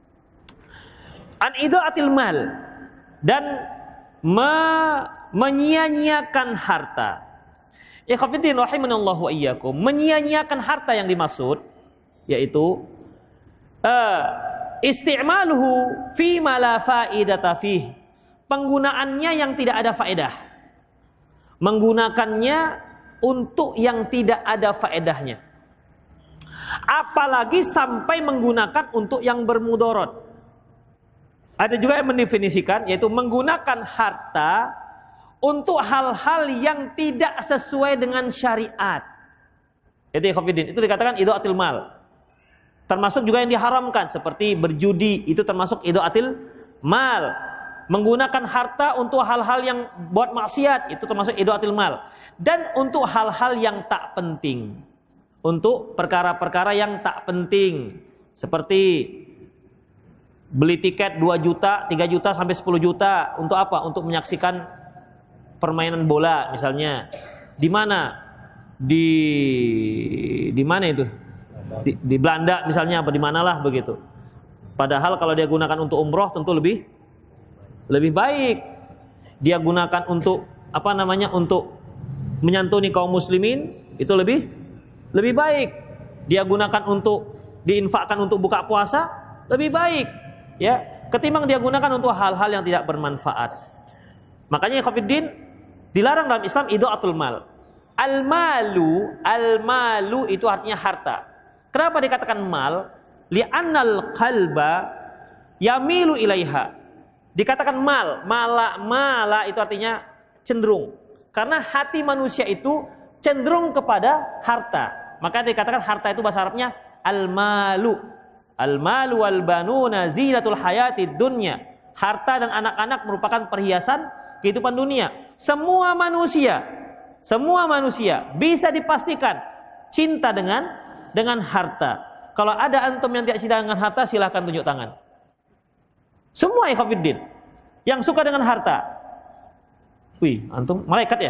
An idaatil mal, dan me menyia-nyiakan harta. Ikhwatiddin rahimanallahu wa iyyakum, menyia-nyiakan harta yang dimaksud yaitu uh, isti'maluhu fi ma la faidata fihi. Penggunaannya yang tidak ada faedah, menggunakannya untuk yang tidak ada faedahnya, apalagi sampai menggunakan untuk yang bermudarat. Ada juga yang mendefinisikan yaitu menggunakan harta untuk hal-hal yang tidak sesuai dengan syariat. Itu ikhwatiddin, itu dikatakan idaatil mal. Termasuk juga yang diharamkan seperti berjudi, itu termasuk idaatil mal. Menggunakan harta untuk hal-hal yang buat maksiat, itu termasuk idaatil mal. Dan untuk hal-hal yang tak penting, untuk perkara-perkara yang tak penting, seperti beli tiket dua juta, tiga juta sampai sepuluh juta untuk apa? Untuk menyaksikan permainan bola misalnya. Di mana? Di di mana itu? Di, di Belanda misalnya, apa di manalah begitu. Padahal kalau dia gunakan untuk umroh tentu lebih lebih baik. Dia gunakan untuk apa namanya? Untuk menyantuni kaum muslimin, itu lebih lebih baik. Dia gunakan untuk diinfakkan untuk buka puasa, lebih baik, ya, ketimbang dia gunakan untuk hal-hal yang tidak bermanfaat. Makanya ikhwatiddin, dilarang dalam Islam idaatul mal. Al-malu, al-malu itu artinya harta. Kenapa dikatakan mal? Li'annal qalba yamilu ilaiha. Dikatakan mal, mala, mala itu artinya cenderung. Karena hati manusia itu cenderung kepada harta. Maka dikatakan harta itu bahasa Arabnya al-malu. Al-malu wal banuna zinatul hayatid dunya. Harta dan anak-anak merupakan perhiasan kehidupan dunia. Semua manusia, semua manusia bisa dipastikan cinta dengan dengan harta. Kalau ada antum yang tidak cinta dengan harta, silahkan tunjuk tangan. Semua ikhwatiddin yang suka dengan harta. Wih, antum malaikat ya?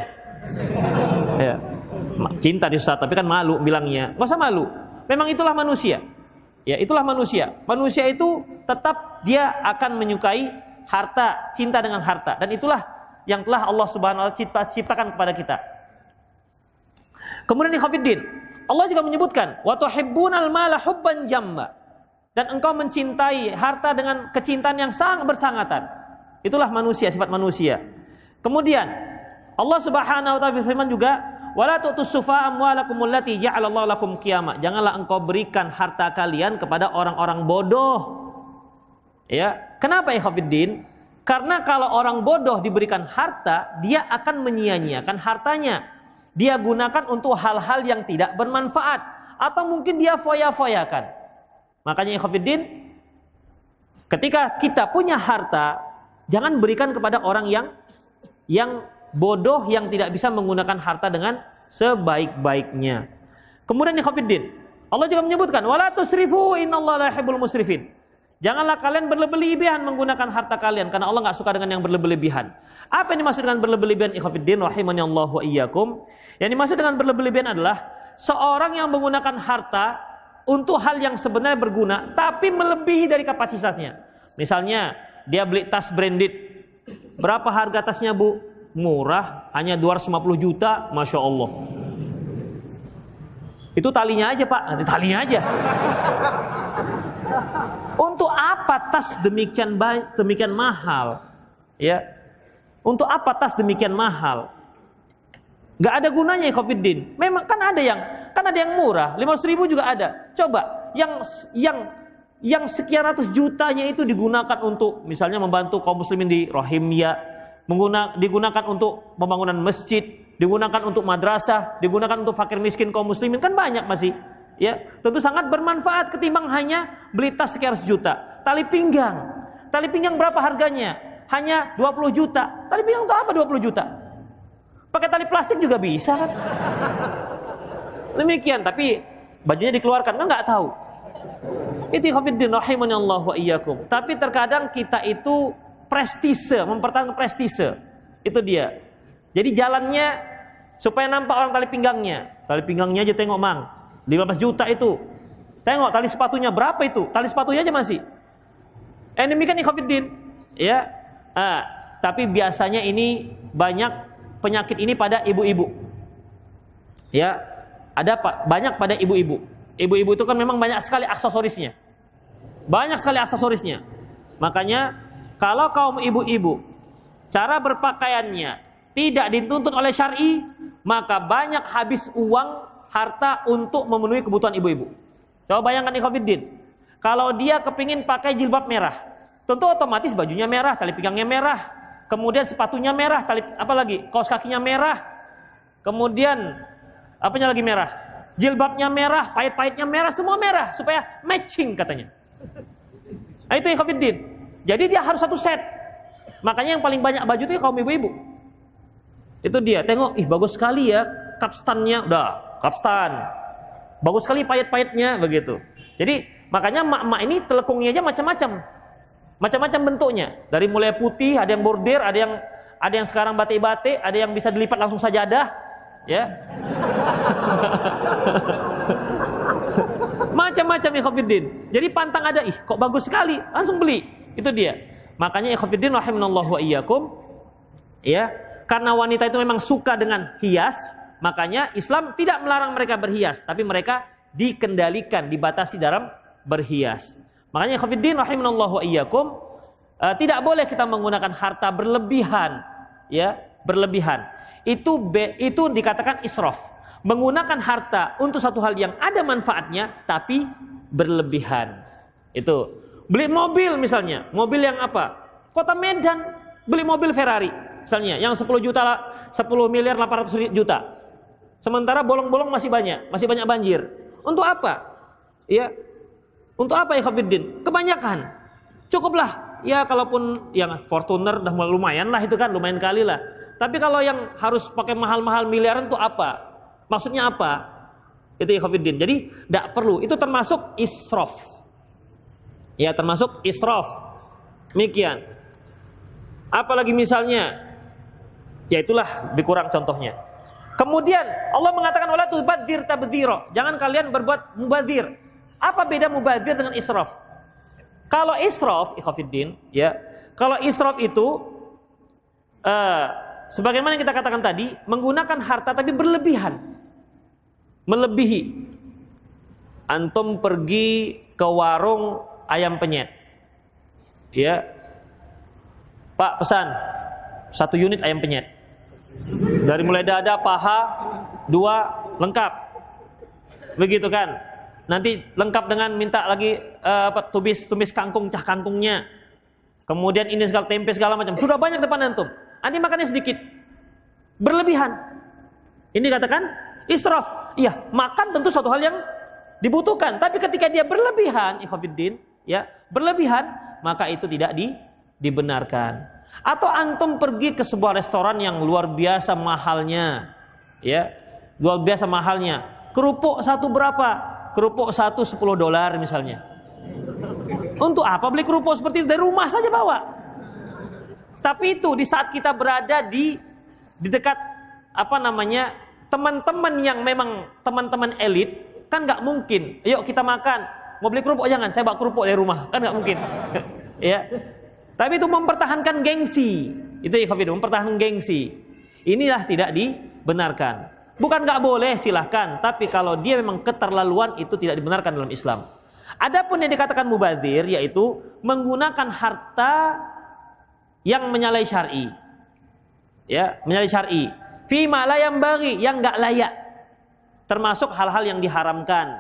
Ya. Cinta di Ustaz, tapi kan malu bilangnya. Enggak usah malu. Memang itulah manusia. Ya, itulah manusia. Manusia itu tetap dia akan menyukai harta, cinta dengan harta, dan itulah yang telah Allah Subhanahu wa taala ciptakan kepada kita. Kemudian ikhwatiddin, Allah juga menyebutkan wa tuhibbunal mala hubban jamma. Dan engkau mencintai harta dengan kecintaan yang sangat bersangatan. Itulah manusia, sifat manusia. Kemudian Allah Subhanahu wa taala berfirman juga, wala tu'tus sufa'a amwalakumul lati ja'alallahu lakum qiyama. Janganlah engkau berikan harta kalian kepada orang-orang bodoh. Ya, kenapa ikhwatiddin? Karena kalau orang bodoh diberikan harta, dia akan menyia-nyiakan hartanya. Dia gunakan untuk hal-hal yang tidak bermanfaat, atau mungkin dia foya-foyakan. Makanya ikhwatiddin, ketika kita punya harta, jangan berikan kepada orang yang yang bodoh, yang tidak bisa menggunakan harta dengan sebaik-baiknya. Kemudian ikhwatiddin, Allah juga menyebutkan wala tusrifu innallaha la yuhibbul musrifin. Janganlah kalian berlebihan menggunakan harta kalian, karena Allah enggak suka dengan yang berlebihan. Apa yang dimaksud dengan berlebihan ikhwatiddin rahimani Allah wa iyyakum? Yang dimaksud dengan berlebihan adalah seorang yang menggunakan harta untuk hal yang sebenarnya berguna tapi melebihi dari kapasitasnya. Misalnya dia beli tas branded. Berapa harga tasnya, Bu? Murah, hanya dua ratus lima puluh juta, Masya Allah. Itu talinya aja, Pak. Nanti talinya aja. Untuk apa tas demikian baik, demikian mahal? Ya. Untuk apa tas demikian mahal? Gak ada gunanya ikhwatiddin. Memang kan ada yang kan ada yang murah, lima ratus ribu juga ada. Coba yang yang yang sekian ratus jutanya itu digunakan untuk misalnya membantu kaum muslimin di Rohingya, menggunakan digunakan untuk pembangunan masjid, digunakan untuk madrasah, digunakan untuk fakir miskin kaum muslimin, kan banyak masih. Ya, tentu sangat bermanfaat ketimbang hanya beli tas sekian ratus juta. Tali pinggang. Tali pinggang berapa harganya? Hanya dua puluh juta. Tali pinggang itu apa dua puluh juta? Pakai tali plastik juga bisa kan? Demikian, tapi bajunya dikeluarkan kan nggak tahu. Itu ikhwatiddin rahimani Allah wa iyyakum. Tapi terkadang kita itu prestise, mempertahankan prestise. Itu dia. Jadi jalannya supaya nampak orang tali pinggangnya. Tali pinggangnya aja tengok, Mang. lima belas juta itu. Tengok tali sepatunya berapa itu? Tali sepatunya aja masih. Eh demikian ikhwatiddin. Ya. Ah, tapi biasanya ini banyak penyakit ini pada ibu-ibu. Ya. Ada pak banyak pada ibu-ibu. Ibu-ibu itu kan memang banyak sekali aksesorisnya. Banyak sekali aksesorisnya. Makanya kalau kaum ibu-ibu cara berpakaiannya tidak dituntut oleh syar'i, maka banyak habis uang harta untuk memenuhi kebutuhan ibu-ibu. Coba bayangkan ikhwatiddin, kalau dia kepingin pakai jilbab merah, tentu otomatis bajunya merah, tali pinggangnya merah, kemudian sepatunya merah, tali apa lagi, kaos kakinya merah, kemudian apanya lagi merah, jilbabnya merah, pahit-pahitnya merah, semua merah supaya matching katanya. Nah, itu ikhwatiddin. Jadi dia harus satu set. Makanya yang paling banyak baju itu kaum ibu-ibu. Itu dia, tengok, ih bagus sekali ya kapstannya, udah kapstan. bagus sekali payet-payetnya begitu. Jadi makanya mak-mak ini telekungnya aja macam-macam. Macam-macam bentuknya. Dari mulai putih, ada yang bordir, ada yang ada yang sekarang batik-batik, ada yang bisa dilipat langsung sajadah, ya. Macam-macam ikhwatiddin. Jadi pantang ada, ih kok bagus sekali, langsung beli. Itu dia. Makanya ikhwatiddin rahimanallahu wa iyyakum, ya, karena wanita itu memang suka dengan hias, makanya Islam tidak melarang mereka berhias, tapi mereka dikendalikan, dibatasi dalam berhias. Makanya ikhwatiddin rahimanallahu wa iyyakum, uh, tidak boleh kita menggunakan harta berlebihan, ya, berlebihan. Itu be, itu dikatakan israf. Menggunakan harta untuk satu hal yang ada manfaatnya tapi berlebihan. Itu. Beli mobil misalnya, mobil yang apa? Kota Medan beli mobil Ferrari misalnya yang sepuluh juta, sepuluh miliar delapan ratus juta. Sementara bolong-bolong masih banyak, masih banyak banjir. Untuk apa? Ya. Untuk apa ya Khafiddin? Kebanyakan. Cukuplah. Ya kalaupun yang Fortuner udah lumayan lah itu kan, lumayan kali lah. Tapi kalau yang harus pakai mahal-mahal miliaran itu apa? Maksudnya apa? Itu ya Khafiddin. Jadi tidak perlu. Itu termasuk israf. Ya termasuk israf. Demikian. Apalagi misalnya, ya itulah lebih kurang contohnya. Kemudian Allah mengatakan wala tubadzir tabdzira. Jangan kalian berbuat mubadzir. Apa beda mubadzir dengan israf? Kalau israf, ikhwatiddin, ya, kalau israf itu uh, sebagaimana yang kita katakan tadi, menggunakan harta tapi berlebihan, melebihi. Antum pergi ke warung ayam penyet, ya, Pak pesan satu unit ayam penyet, dari mulai dada, paha, dua lengkap, begitu kan? Nanti lengkap dengan minta lagi uh, apa, tumis tumis kangkung, cah kangkungnya, kemudian ini segala tempe segala macam, sudah banyak depan antum. Nanti makannya sedikit, berlebihan. Ini dikatakan israf. Iya, makan tentu suatu hal yang dibutuhkan, tapi ketika dia berlebihan, ikhwatiddin, ya, berlebihan, maka itu tidak di, dibenarkan. Atau antum pergi ke sebuah restoran yang luar biasa mahalnya, ya, luar biasa mahalnya. Kerupuk satu berapa? Kerupuk satu sepuluh dolar misalnya. Untuk apa beli kerupuk seperti itu? Dari rumah saja bawa. Tapi itu di saat kita berada di di dekat apa namanya teman-teman yang memang teman-teman elit, kan nggak mungkin. Yuk kita makan. Mau beli kerupuk jangan, saya bawa kerupuk dari rumah, kan nggak mungkin. Ya. Tapi itu mempertahankan gengsi. Itu ya Khafiddin, mempertahankan gengsi. Inilah tidak dibenarkan. Bukan nggak boleh, silahkan. Tapi kalau dia memang keterlaluan, itu tidak dibenarkan dalam Islam. Adapun yang dikatakan mubadzir, yaitu menggunakan harta yang menyalahi syar'i, ya, menyalahi syar'i. Fi ma la yanbaghi, yang nggak layak, termasuk hal-hal yang diharamkan.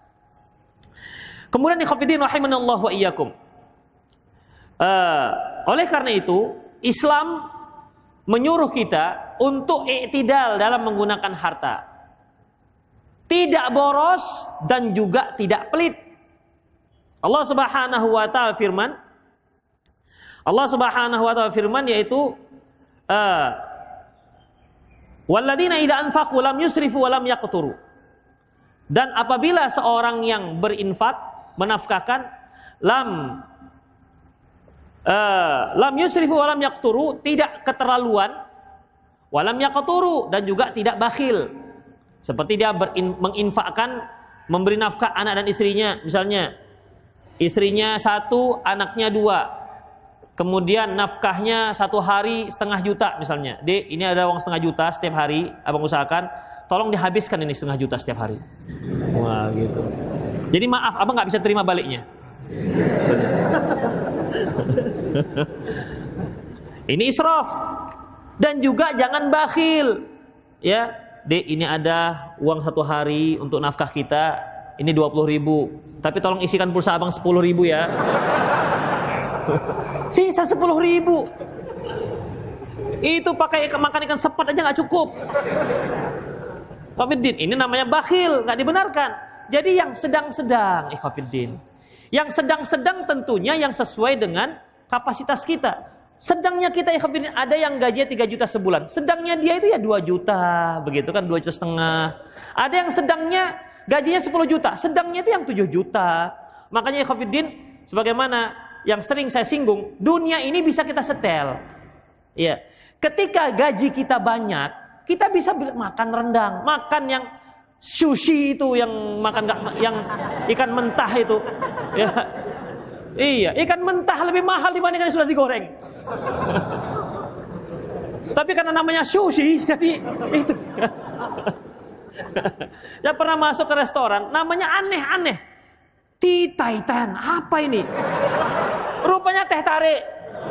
Kemudian ikhwatiddin rahimanallahu wa iyyakum. Uh, oleh karena itu, Islam menyuruh kita untuk i'tidal dalam menggunakan harta. Tidak boros dan juga tidak pelit. Allah Subhanahu wa taala firman, Allah Subhanahu wa taala firman yaitu uh, walladzina idza anfaqu lam yusrifu wa lam yaqturu. Dan apabila seorang yang berinfak, menafkahkan, lam Uh, lam yusrifu walam yaqturu, tidak keterlaluan, walam yaqturu, dan juga tidak bakhil. Seperti dia berin, menginfakkan, memberi nafkah anak dan istrinya, misalnya istrinya satu, anaknya dua, kemudian nafkahnya satu hari setengah juta misalnya. Dek, ini ada uang setengah juta setiap hari, abang usahakan tolong dihabiskan ini setengah juta setiap hari. Wah gitu. Jadi maaf, abang nggak bisa terima baliknya. Ini israf. Dan juga jangan bakhil, ya. Dek, ini ada uang satu hari untuk nafkah kita, ini dua puluh ribu, tapi tolong isikan pulsa abang sepuluh ribu ya. Sisa sepuluh ribu, itu pakai makan ikan sepat aja nggak cukup. Khafiddin, ini namanya bakhil, nggak dibenarkan. Jadi yang sedang-sedang, ikhwatiddin, yang sedang-sedang tentunya yang sesuai dengan kapasitas kita. Sedangnya kita, ikhwatiddin, ada yang gajinya tiga juta sebulan. Sedangnya dia itu ya dua juta, begitu kan, dua juta setengah. Ada yang sedangnya gajinya sepuluh juta, sedangnya itu yang tujuh juta. Makanya ikhwatiddin, sebagaimana yang sering saya singgung, dunia ini bisa kita setel. Ya, ketika gaji kita banyak, kita bisa makan rendang, makan yang sushi itu, yang makan gak, yang ikan mentah itu. Ya. Iya, ikan mentah lebih mahal dibandingkan yang sudah digoreng. Tapi karena namanya sushi, jadi itu. Yang pernah masuk ke restoran, namanya aneh-aneh. Tea Titan, apa ini? Rupanya teh tarik.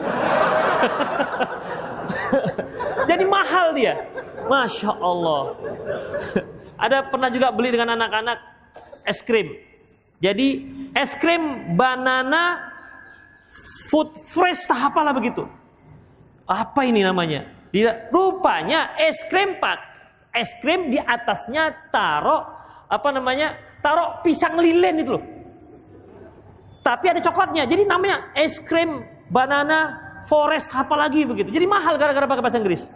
Jadi mahal dia. Masya Allah. Ada pernah juga beli dengan anak-anak es krim. Jadi es krim banana food fresh, tak apalah begitu. Apa ini namanya? Dia, rupanya es krim pak, es krim di atasnya taruh apa namanya? Taruh pisang lilin itu loh. Tapi ada coklatnya. Jadi namanya es krim banana forest apalagi begitu. Jadi mahal gara-gara pakai bahasa Inggris.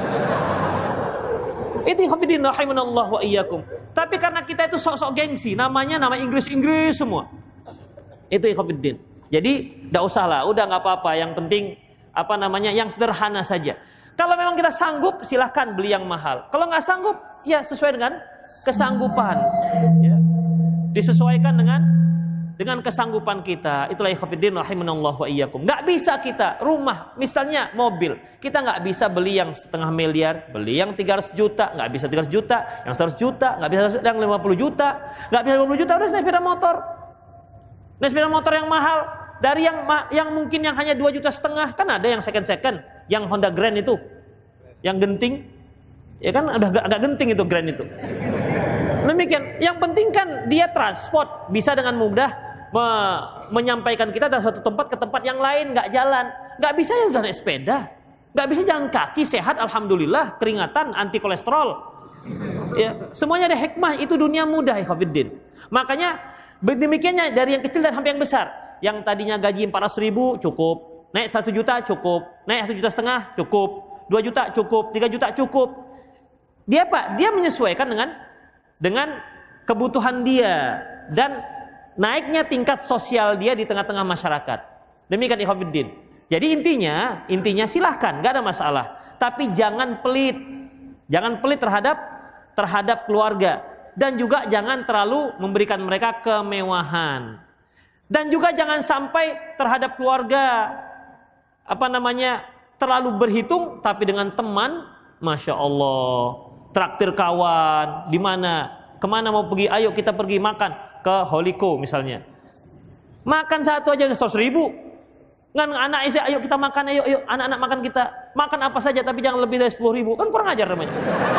Itu hafidin rahimanallah wa iyyakum. Tapi karena kita itu sok-sok gengsi, namanya nama Inggris-Inggris semua. Itu hafidin. Jadi enggak usah lah, udah enggak apa-apa. Yang penting apa namanya? Yang sederhana saja. Kalau memang kita sanggup, silahkan beli yang mahal. Kalau nggak sanggup, ya sesuai dengan kesanggupan. Ya. Disesuaikan dengan dengan kesanggupan kita. Itulah ikhwatiddin rahimanallah wa iyyakum. Nggak bisa kita rumah, misalnya mobil, kita nggak bisa beli yang setengah miliar, beli yang tiga ratus juta, nggak bisa tiga ratus juta, yang seratus juta, nggak bisa yang lima puluh juta, nggak bisa lima puluh juta, harus naik sepeda motor. Naik sepeda motor yang mahal. Dari yang yang mungkin yang hanya dua juta setengah, kan ada yang second-second, yang Honda Grand itu, yang genting, ya kan ada agak, agak genting itu Grand itu. Demikian, yang penting kan dia transport, bisa dengan mudah me, menyampaikan kita dari satu tempat ke tempat yang lain, nggak jalan, nggak bisa ya udah naik sepeda, nggak bisa jalan kaki, sehat, alhamdulillah, keringatan, anti kolesterol. Ya, semuanya ada hikmah, itu dunia mudah ya Khafiddin. Makanya demikiannya dari yang kecil dan sampai yang besar. Yang tadinya gaji empat ratus ribu cukup, naik satu juta cukup, naik satu juta setengah cukup, dua juta cukup, tiga juta cukup. Dia apa? Dia menyesuaikan dengan dengan kebutuhan dia dan naiknya tingkat sosial dia di tengah-tengah masyarakat. Demikian ikhwatiddin. Jadi intinya, intinya silahkan, nggak ada masalah. Tapi jangan pelit, jangan pelit terhadap terhadap keluarga dan juga jangan terlalu memberikan mereka kemewahan. Dan juga jangan sampai terhadap keluarga apa namanya terlalu berhitung, tapi dengan teman, masya Allah, traktir kawan, di mana, kemana mau pergi, ayo kita pergi makan ke Holiko misalnya, makan satu aja seratus ribu, ngan anak istri, ayo kita makan, ayo, ayo anak-anak makan kita, makan apa saja tapi jangan lebih dari sepuluh ribu, kan kurang ajar namanya.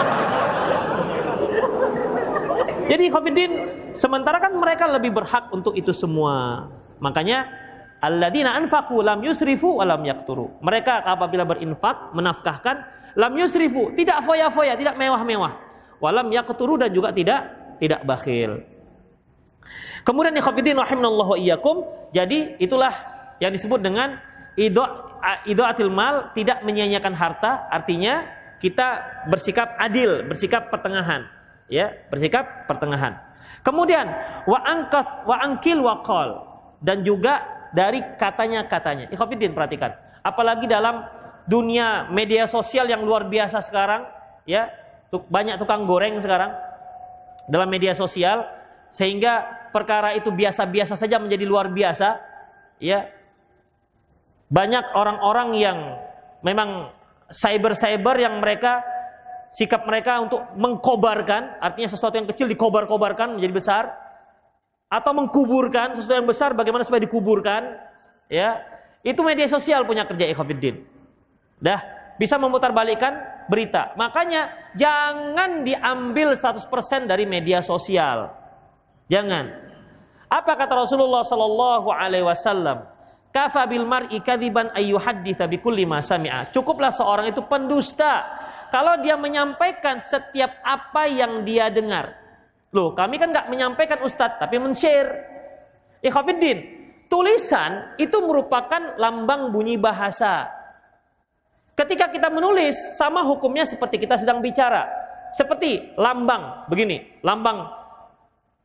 Jadi Khafiddin, sementara kan mereka lebih berhak untuk itu semua. Makanya alladzina anfaqu lam yusrifu wa lam yaqturu. Mereka apabila berinfak, menafkahkan, lam yusrifu, tidak foya-foya, tidak mewah-mewah. Wa lam yaqturu, dan juga tidak tidak bakhil. Kemudian Khafiddin rahimanallahu wa iyyakum, jadi itulah yang disebut dengan idaatil mal, tidak menyia-nyiakan harta, artinya kita bersikap adil, bersikap pertengahan. Ya, bersikap pertengahan. Kemudian wa angkat wa angkil wa qal, dan juga dari katanya-katanya. Ikhwatiddin, perhatikan. Apalagi dalam dunia media sosial yang luar biasa sekarang, ya, banyak tukang goreng sekarang dalam media sosial, sehingga perkara itu biasa-biasa saja menjadi luar biasa, ya. Banyak orang-orang yang memang cyber-cyber yang mereka sikap mereka untuk mengkobarkan, artinya sesuatu yang kecil dikobar-kobarkan menjadi besar, atau mengkuburkan sesuatu yang besar bagaimana supaya dikuburkan, ya. Itu media sosial punya kerja ikhwatiddin. Dah bisa memutarbalikkan berita. Makanya jangan diambil seratus persen dari media sosial. Jangan. Apa kata Rasulullah sallallahu alaihi wasallam? Kafa bil mar'i kadziban ayyuhadditsa bikulli ma sami'a. Cukuplah seorang itu pendusta kalau dia menyampaikan setiap apa yang dia dengar. Loh, kami kan nggak menyampaikan Ustadz, tapi men-share. Ikhwatiddin, tulisan itu merupakan lambang bunyi bahasa. Ketika kita menulis, sama hukumnya seperti kita sedang bicara. Seperti lambang, begini, lambang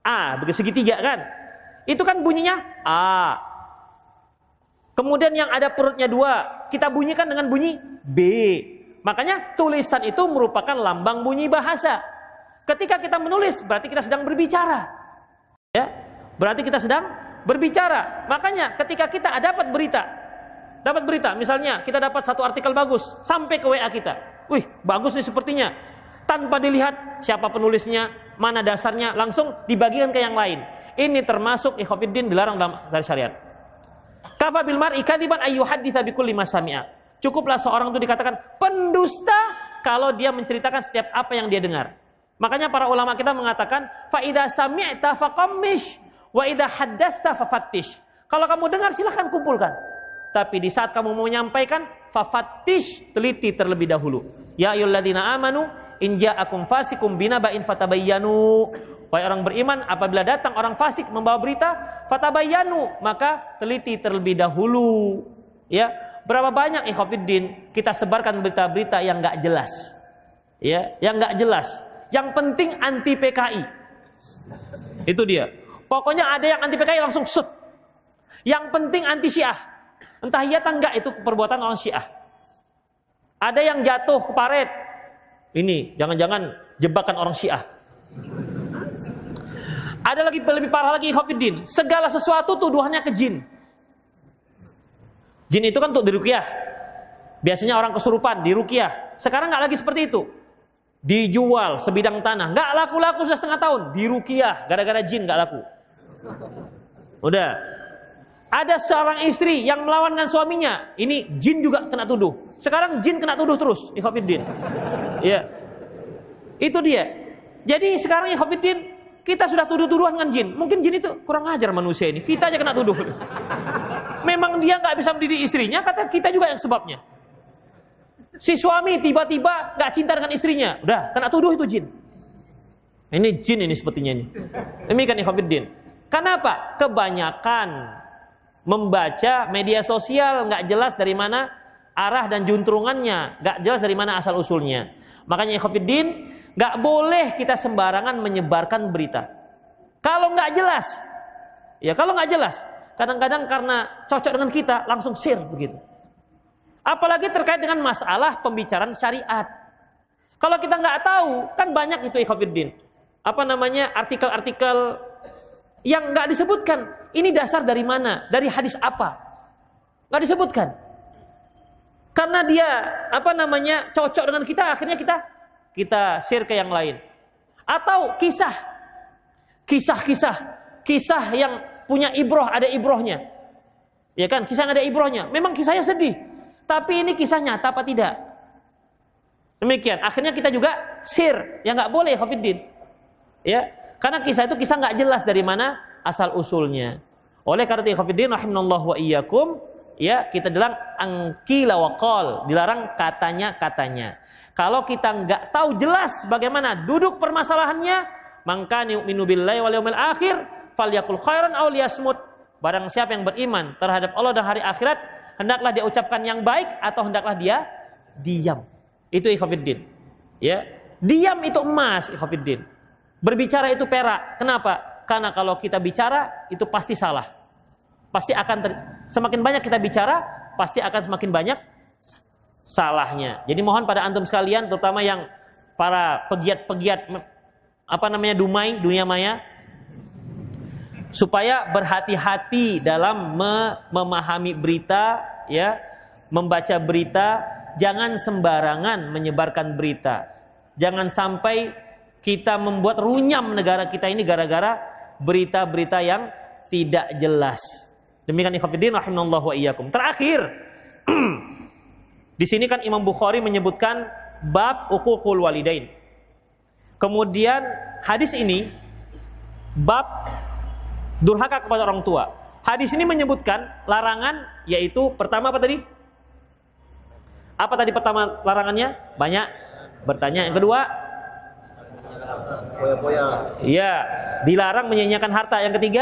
A, begitu segitiga kan? Itu kan bunyinya A. Kemudian yang ada perutnya dua, kita bunyikan dengan bunyi B. Makanya tulisan itu merupakan lambang bunyi bahasa. Ketika kita menulis, berarti kita sedang berbicara. Ya, berarti kita sedang berbicara. Makanya ketika kita dapat berita, dapat berita, misalnya kita dapat satu artikel bagus, sampai ke W A kita. Wih, bagus nih sepertinya. Tanpa dilihat siapa penulisnya, mana dasarnya, langsung dibagikan ke yang lain. Ini termasuk ikhwatiddin dilarang dalam syariat. Kafa bil mar'i kadiban ayyuhadditsa bikulli ma sami'a. Cukuplah seorang itu dikatakan pendusta kalau dia menceritakan setiap apa yang dia dengar. Makanya para ulama kita mengatakan fa idza sami'ta faqammish wa idza haddatsa fafattish. Kalau kamu dengar silahkan kumpulkan. Tapi di saat kamu mau menyampaikan fafattish, teliti terlebih dahulu. Ya ayyuhalladzina amanu in ja'akum fasikum binaba'in fatabayyanu. Wahai orang beriman, apabila datang orang fasik membawa berita, fatabayyanu, maka teliti terlebih dahulu. Ya, berapa banyak ikhwatiddin kita sebarkan berita-berita yang enggak jelas. Ya, yang enggak jelas. Yang penting anti P K I. Itu dia. Pokoknya ada yang anti P K I langsung set. Yang penting anti Syiah. Entah iya atau enggak itu perbuatan orang Syiah. Ada yang jatuh ke paret. Ini jangan-jangan jebakan orang Syiah. Ada lagi lebih parah lagi ikhwatiddin, segala sesuatu tuduhannya ke jin. Jin itu kan untuk diruqyah. Biasanya orang kesurupan diruqyah. Sekarang nggak lagi seperti itu. Dijual sebidang tanah, nggak laku-laku sudah setengah tahun, diruqyah gara-gara jin nggak laku. Udah. Ada seorang istri yang melawan dengan suaminya, ini jin juga kena tuduh. Sekarang jin kena tuduh terus, ikhwatiddin. Ya. Itu dia. Jadi sekarang ikhwatiddin, kita sudah tuduh-tuduhan dengan jin. Mungkin jin itu kurang ajar manusia ini. Kita aja kena tuduh. Memang dia nggak bisa mendidik istrinya, kata kita juga yang sebabnya. Si suami tiba-tiba nggak cinta dengan istrinya, udah kena tuduh itu jin. Ini jin ini sepertinya ini. Demikian ikhwatiddin. Kenapa? Kebanyakan membaca media sosial nggak jelas dari mana arah dan juntrungannya, nggak jelas dari mana asal usulnya. Makanya ikhwatiddin, nggak boleh kita sembarangan menyebarkan berita. Kalau nggak jelas, ya kalau nggak jelas, kadang-kadang karena cocok dengan kita langsung share begitu. Apalagi terkait dengan masalah pembicaraan syariat. Kalau kita nggak tahu, kan banyak itu ikhwatiddin. Apa namanya artikel-artikel yang nggak disebutkan. Ini dasar dari mana? Dari hadis apa? Nggak disebutkan. Karena dia apa namanya cocok dengan kita, akhirnya kita kita share ke yang lain. Atau kisah, kisah-kisah, kisah yang punya ibroh, ada ibrohnya. Ya kan, kisah yang ada ibrohnya. Memang kisahnya sedih, tapi ini kisah nyata apa tidak? Demikian. Akhirnya kita juga share, ya nggak boleh ikhwatiddin. Ya, karena kisah itu kisah nggak jelas dari mana asal usulnya. Oleh karena itu ikhwatiddin rahimanallahu wa iyyakum, ya kita dilarang angkila wa qol, dilarang katanya-katanya. Kalau kita nggak tahu jelas bagaimana duduk permasalahannya, maka yu'minu billahi wal yaumil akhir falyakul khairan aw liyasmut. Barang siapa yang beriman terhadap Allah dan hari akhirat, hendaklah dia ucapkan yang baik atau hendaklah dia diam. Itu ikhwatiddin. Ya, diam itu emas ikhwatiddin. Berbicara itu perak. Kenapa? Karena kalau kita bicara itu pasti salah. Pasti akan ter... semakin banyak kita bicara, pasti akan semakin banyak salahnya. Jadi mohon pada antum sekalian, terutama yang para pegiat-pegiat apa namanya dumai dunia maya, supaya berhati-hati dalam memahami berita, ya, membaca berita, jangan sembarangan menyebarkan berita. Jangan sampai kita membuat runyam negara kita ini gara-gara berita-berita yang tidak jelas. Demikian ikhwatiddin rahimanallahu wa iyyakum. Terakhir, di sini kan Imam Bukhari menyebutkan bab uququl walidain. Kemudian hadis ini bab durhaka kepada orang tua. Hadis ini menyebutkan larangan, yaitu pertama apa tadi? Apa tadi pertama larangannya? Banyak bertanya. Yang kedua, iya, dilarang menyanyiakan harta. Yang ketiga,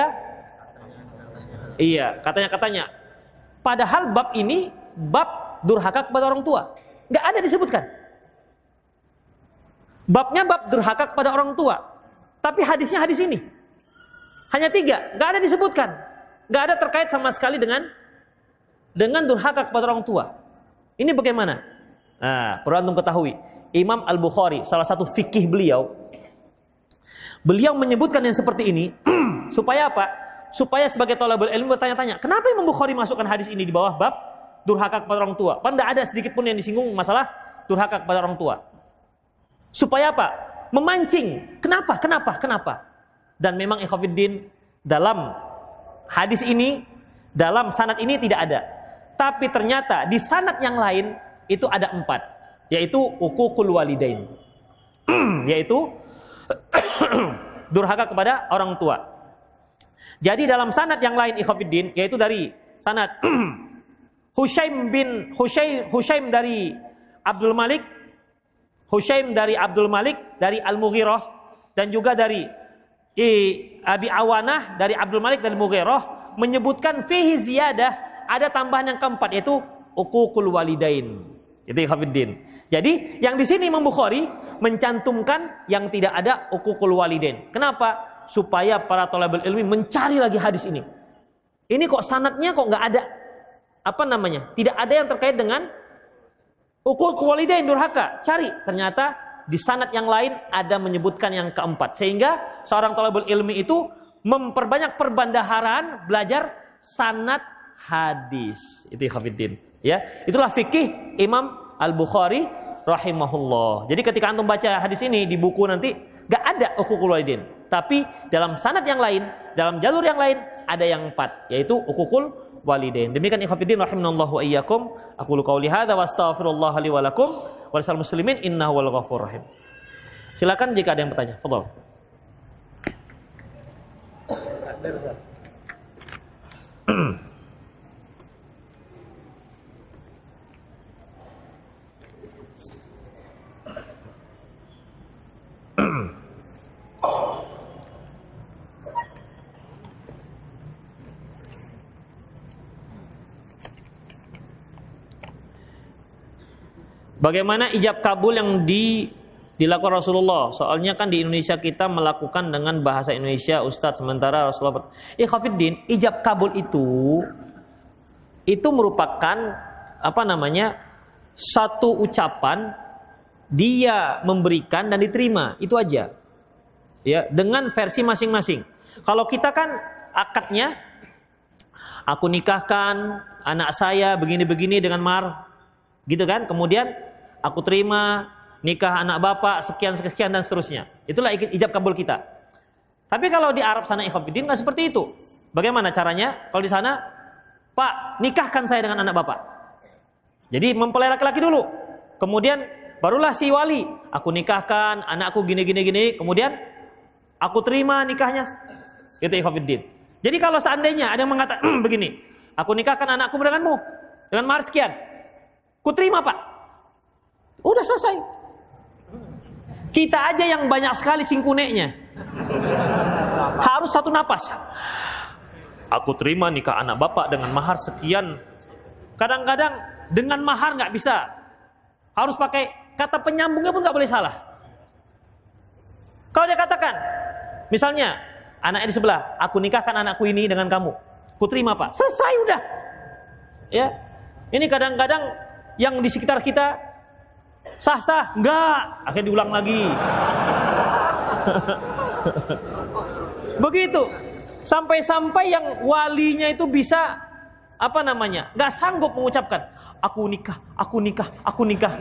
iya, katanya-katanya. Padahal bab ini bab durhaka kepada orang tua, nggak ada disebutkan. Babnya bab durhaka kepada orang tua, tapi hadisnya hadis ini. Hanya tiga, nggak ada disebutkan, nggak ada terkait sama sekali dengan dengan durhaka kepada orang tua. Ini bagaimana? Nah, perlu antum ketahui, Imam Al-Bukhari, salah satu fikih beliau, beliau menyebutkan yang seperti ini supaya apa? Supaya sebagai thalabul ilmu bertanya-tanya, kenapa Imam Bukhari masukkan hadis ini di bawah bab durhaka kepada orang tua? Padahal tidak ada sedikit pun yang disinggung masalah durhaka kepada orang tua. Supaya apa? Memancing. Kenapa? Kenapa? Kenapa? Dan memang ikhwatiddin, dalam hadis ini, dalam sanad ini tidak ada. Tapi ternyata di sanad yang lain itu ada empat, yaitu uququl walidain, yaitu durhaka kepada orang tua. Jadi dalam sanad yang lain ikhwatiddin, yaitu dari sanad Hushaim bin Hushaim, Hushaim dari Abdul Malik, Hushaim dari Abdul Malik dari Al-Mughirah, dan juga dari I, Abi Awanah dari Abdul Malik dari Mughirah, menyebutkan fihi ziyadah, ada tambahan yang keempat, yaitu uququl walidain. Itu ikhwatiddin. Jadi yang di sini Imam Bukhari mencantumkan yang tidak ada uququl walidain. Kenapa? Supaya para thalabul ilmi mencari lagi hadis ini. Ini kok sanadnya kok nggak ada apa namanya? Tidak ada yang terkait dengan uququl walidain, durhaka. Cari, ternyata di sanad yang lain ada menyebutkan yang keempat. Sehingga seorang thalabul ilmi itu memperbanyak perbandaharaan belajar sanad hadis. Itu ikhwatiddin. Ya, itulah fikih Imam Al-Bukhari rahimahullah. Jadi ketika antum baca hadis ini di buku nanti gak ada uququl walidain, tapi dalam sanad yang lain, dalam jalur yang lain ada yang empat, yaitu uququl walidain. Demikian ikhwatiddin rahimanallahu wa iyyakum. Aqulu qouli hadza wa astaghfirullah li wa lakum wa lisal muslimin innahu wal ghafurur rahim. Silakan jika ada yang bertanya. Fadhol. Bagaimana ijab kabul yang di, dilakukan Rasulullah? Soalnya kan di Indonesia kita melakukan dengan bahasa Indonesia, Ustadz, sementara Rasulullah. Ikhwatiddin, ijab kabul itu itu merupakan apa namanya? Satu ucapan dia memberikan dan diterima, itu aja. Ya, dengan versi masing-masing. Kalau kita kan akadnya, aku nikahkan anak saya begini-begini dengan mahar, gitu kan? Kemudian aku terima nikah anak bapak sekian-sekian dan seterusnya. Itulah ijab kabul kita. Tapi kalau di Arab sana ikhwatiddin nggak seperti itu. Bagaimana caranya? Kalau di sana, Pak, nikahkan saya dengan anak bapak. Jadi mempelai laki-laki dulu. Kemudian barulah si wali, aku nikahkan anakku gini-gini gini. Kemudian aku terima nikahnya. Itu ikhwatiddin. Jadi kalau seandainya ada yang mengatakan begini, aku nikahkan anakku denganmu dengan mahar sekian, ku terima Pak. Udah selesai. Kita aja yang banyak sekali cingkuneknya. Harus satu napas. Aku terima nikah anak bapak dengan mahar sekian. Kadang-kadang dengan mahar nggak bisa. Harus pakai kata penyambungnya pun nggak boleh salah. Kalau dia katakan, misalnya anaknya di sebelah, aku nikahkan anakku ini dengan kamu, ku terima Pak. Selesai udah. Ya, ini kadang-kadang yang di sekitar kita sah-sah, enggak, akhirnya diulang lagi. Begitu. Sampai-sampai yang walinya itu bisa apa namanya? Enggak sanggup mengucapkan, aku nikah, aku nikah, aku nikah.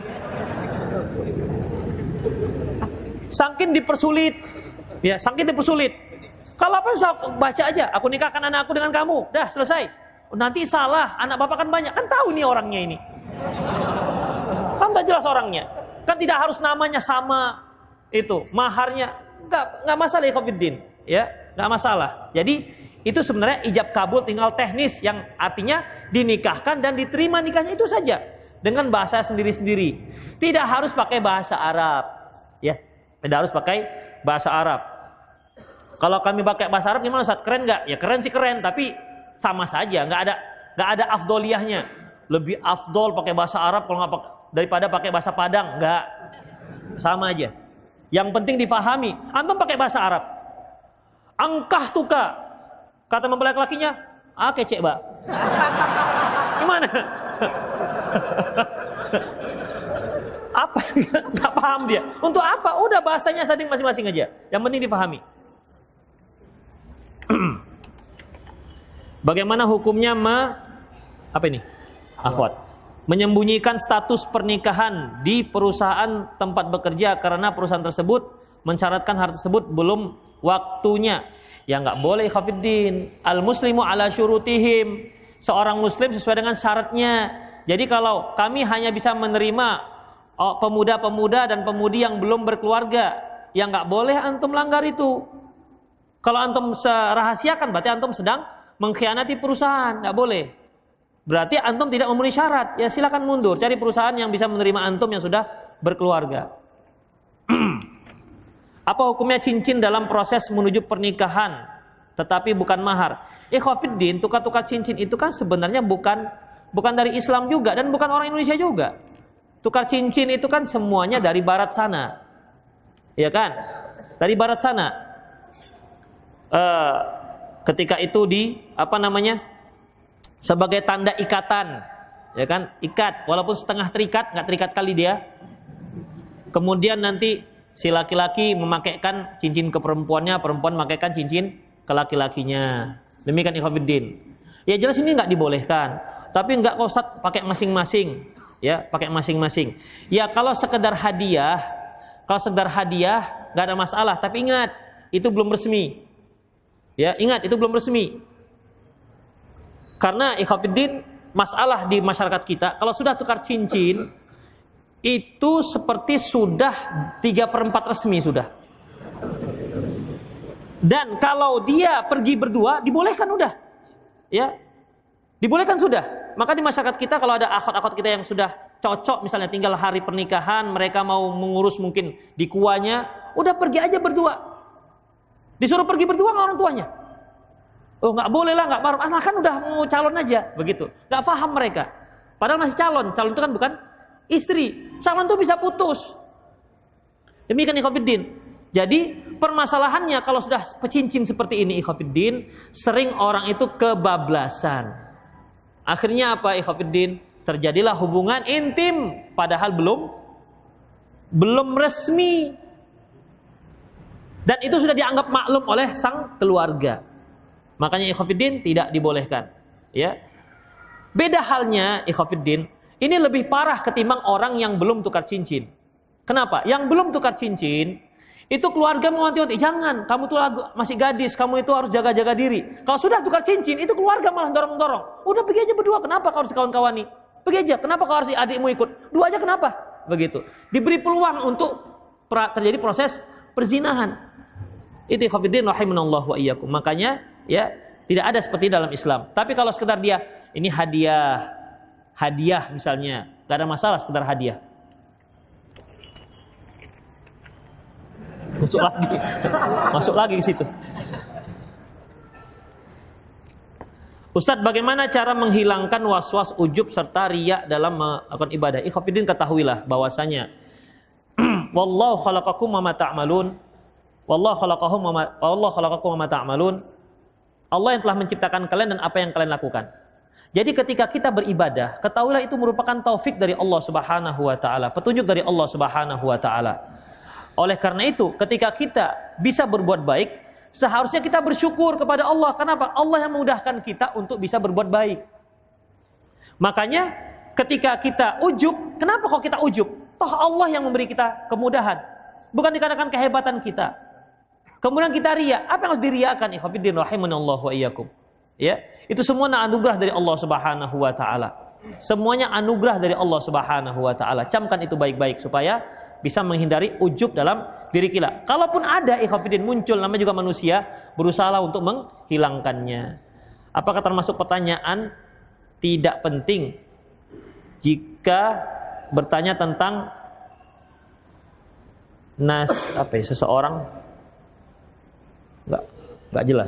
Saking dipersulit. Ya, saking dipersulit. Kalau apa usah baca aja, aku nikahkan anakku dengan kamu. Dah, selesai. Nanti salah, anak bapak kan banyak. Kan tahu nih orangnya ini. Kan tak jelas orangnya. Kan tidak harus namanya sama itu, maharnya enggak enggak masalah ikhwatiddin, ya, enggak masalah. Jadi itu sebenarnya ijab kabul tinggal teknis yang artinya dinikahkan dan diterima nikahnya itu saja dengan bahasa sendiri-sendiri. Tidak harus pakai bahasa Arab, ya. Tidak harus pakai bahasa Arab. Kalau kami pakai bahasa Arab gimana Ustaz? Keren enggak? Ya keren sih keren, tapi sama saja, enggak ada enggak ada afdoliyahnya. Lebih afdol pakai bahasa Arab kalau enggak daripada pakai bahasa Padang, enggak. Sama aja. Yang penting difahami. Antum pakai bahasa Arab. Angkah tuka Kata mempelai lakinya, ah kecek, Mbak. Gimana? Apa? Gak paham dia. Untuk apa? Udah bahasanya sading masing-masing aja. Yang penting dipahami. Bagaimana hukumnya me, apa ini? Akhwat. Menyembunyikan status pernikahan di perusahaan tempat bekerja karena perusahaan tersebut mensyaratkan hal tersebut belum waktunya. Ya nggak boleh, Khafiddin. Al muslimu ala syurutihim. Seorang muslim sesuai dengan syaratnya. Jadi kalau kami hanya bisa menerima oh, pemuda-pemuda dan pemudi yang belum berkeluarga, ya nggak boleh antum langgar itu. Kalau antum serahasiakan, berarti antum sedang mengkhianati perusahaan, nggak boleh. Berarti antum tidak memenuhi syarat. Ya silakan mundur, cari perusahaan yang bisa menerima antum yang sudah berkeluarga. Apa hukumnya cincin dalam proses menuju pernikahan, tetapi bukan mahar? Ikhwafiddin, tukar-tukar cincin itu kan sebenarnya bukan bukan dari Islam juga dan bukan orang Indonesia juga. Tukar cincin itu kan semuanya dari barat sana, ya kan? Dari barat sana. Uh, ketika itu di apa namanya? Sebagai tanda ikatan, ya kan? Ikat, walaupun setengah terikat, nggak terikat kali dia. Kemudian nanti si laki-laki memakaikan cincin ke perempuannya, perempuan memakaikan cincin ke laki-lakinya. Demikian ikhwafiddin. Ya jelas ini nggak dibolehkan. Tapi nggak kok Ustaz pakai masing-masing, ya pakai masing-masing. Ya kalau sekedar hadiah, kalau sekedar hadiah nggak ada masalah. Tapi ingat itu belum resmi. Ya ingat itu belum resmi. Karena ikhwafiddin masalah di masyarakat kita kalau sudah tukar cincin itu seperti sudah tiga per empat resmi sudah. Dan kalau dia pergi berdua dibolehkan udah, ya dibolehkan sudah. Maka di masyarakat kita kalau ada akhwat-akhwat kita yang sudah cocok, misalnya tinggal hari pernikahan, mereka mau mengurus mungkin di kuanya, udah pergi aja berdua. Disuruh pergi berdua nggak orang tuanya? Oh nggak boleh lah, nggak marah. Ah kan udah mau calon aja, begitu. Nggak paham mereka. Padahal masih calon, calon itu kan bukan istri. Calon tuh bisa putus. Demikian ikhwafiddin. Jadi permasalahannya kalau sudah pecincin seperti ini ikhwafiddin, sering orang itu kebablasan. Akhirnya apa ikhwafiddin? Terjadilah hubungan intim padahal belum belum resmi. Dan itu sudah dianggap maklum oleh sang keluarga. Makanya ikhwafiddin tidak dibolehkan, ya. Beda halnya ikhwafiddin, ini lebih parah ketimbang orang yang belum tukar cincin. Kenapa? Yang belum tukar cincin itu keluarga mewanti-wanti, jangan, kamu tuh masih gadis, kamu itu harus jaga-jaga diri. Kalau sudah tukar cincin, itu keluarga malah dorong-dorong. Udah pergi aja berdua, kenapa kau harus kawan-kawani? Pergi aja, kenapa kau harus adikmu ikut? Dua aja kenapa? Begitu. Diberi peluang untuk pra, terjadi proses perzinahan. Itu ikhwafiddin rahimanallahu wa iyyakum. Makanya ya tidak ada seperti dalam Islam. Tapi kalau sekedar dia ini hadiah, hadiah misalnya, gak ada masalah sekedar hadiah. Masuk lagi, masuk lagi ke situ. Ustadz, bagaimana cara menghilangkan was-was ujub serta riya dalam melakukan ibadah? Ikhwafiddin, ketahuilah bahwasanya wallahu khalaqakum wa ma ta'malun. Wallahu khalaqahum wa ma wallahu khalaqakum wa ma ta'malun. Allah yang telah menciptakan kalian dan apa yang kalian lakukan. Jadi ketika kita beribadah, ketahuilah itu merupakan taufik dari Allah Subhanahu wa taala, petunjuk dari Allah Subhanahu wa taala. Oleh karena itu, ketika kita bisa berbuat baik, seharusnya kita bersyukur kepada Allah. Kenapa? Allah yang memudahkan kita untuk bisa berbuat baik. Makanya ketika kita ujub, kenapa kok kita ujub? Toh Allah yang memberi kita kemudahan, bukan dikarenakan kehebatan kita. Kemudian kita riya, apa yang harus diriakan? Ikhwafiddin rahimanallahu wa iyyakum. Ya, itu semua anugerah dari Allah Subhanahu wa taala. Semuanya anugerah dari Allah Subhanahu wa taala. Camkan itu baik-baik supaya bisa menghindari ujub dalam diri kita. Kalaupun ada ikhwafiddin muncul, namanya juga manusia, berusaha untuk menghilangkannya. Apakah termasuk pertanyaan tidak penting jika bertanya tentang nas apa ya, seseorang? Enggak, enggak jelas.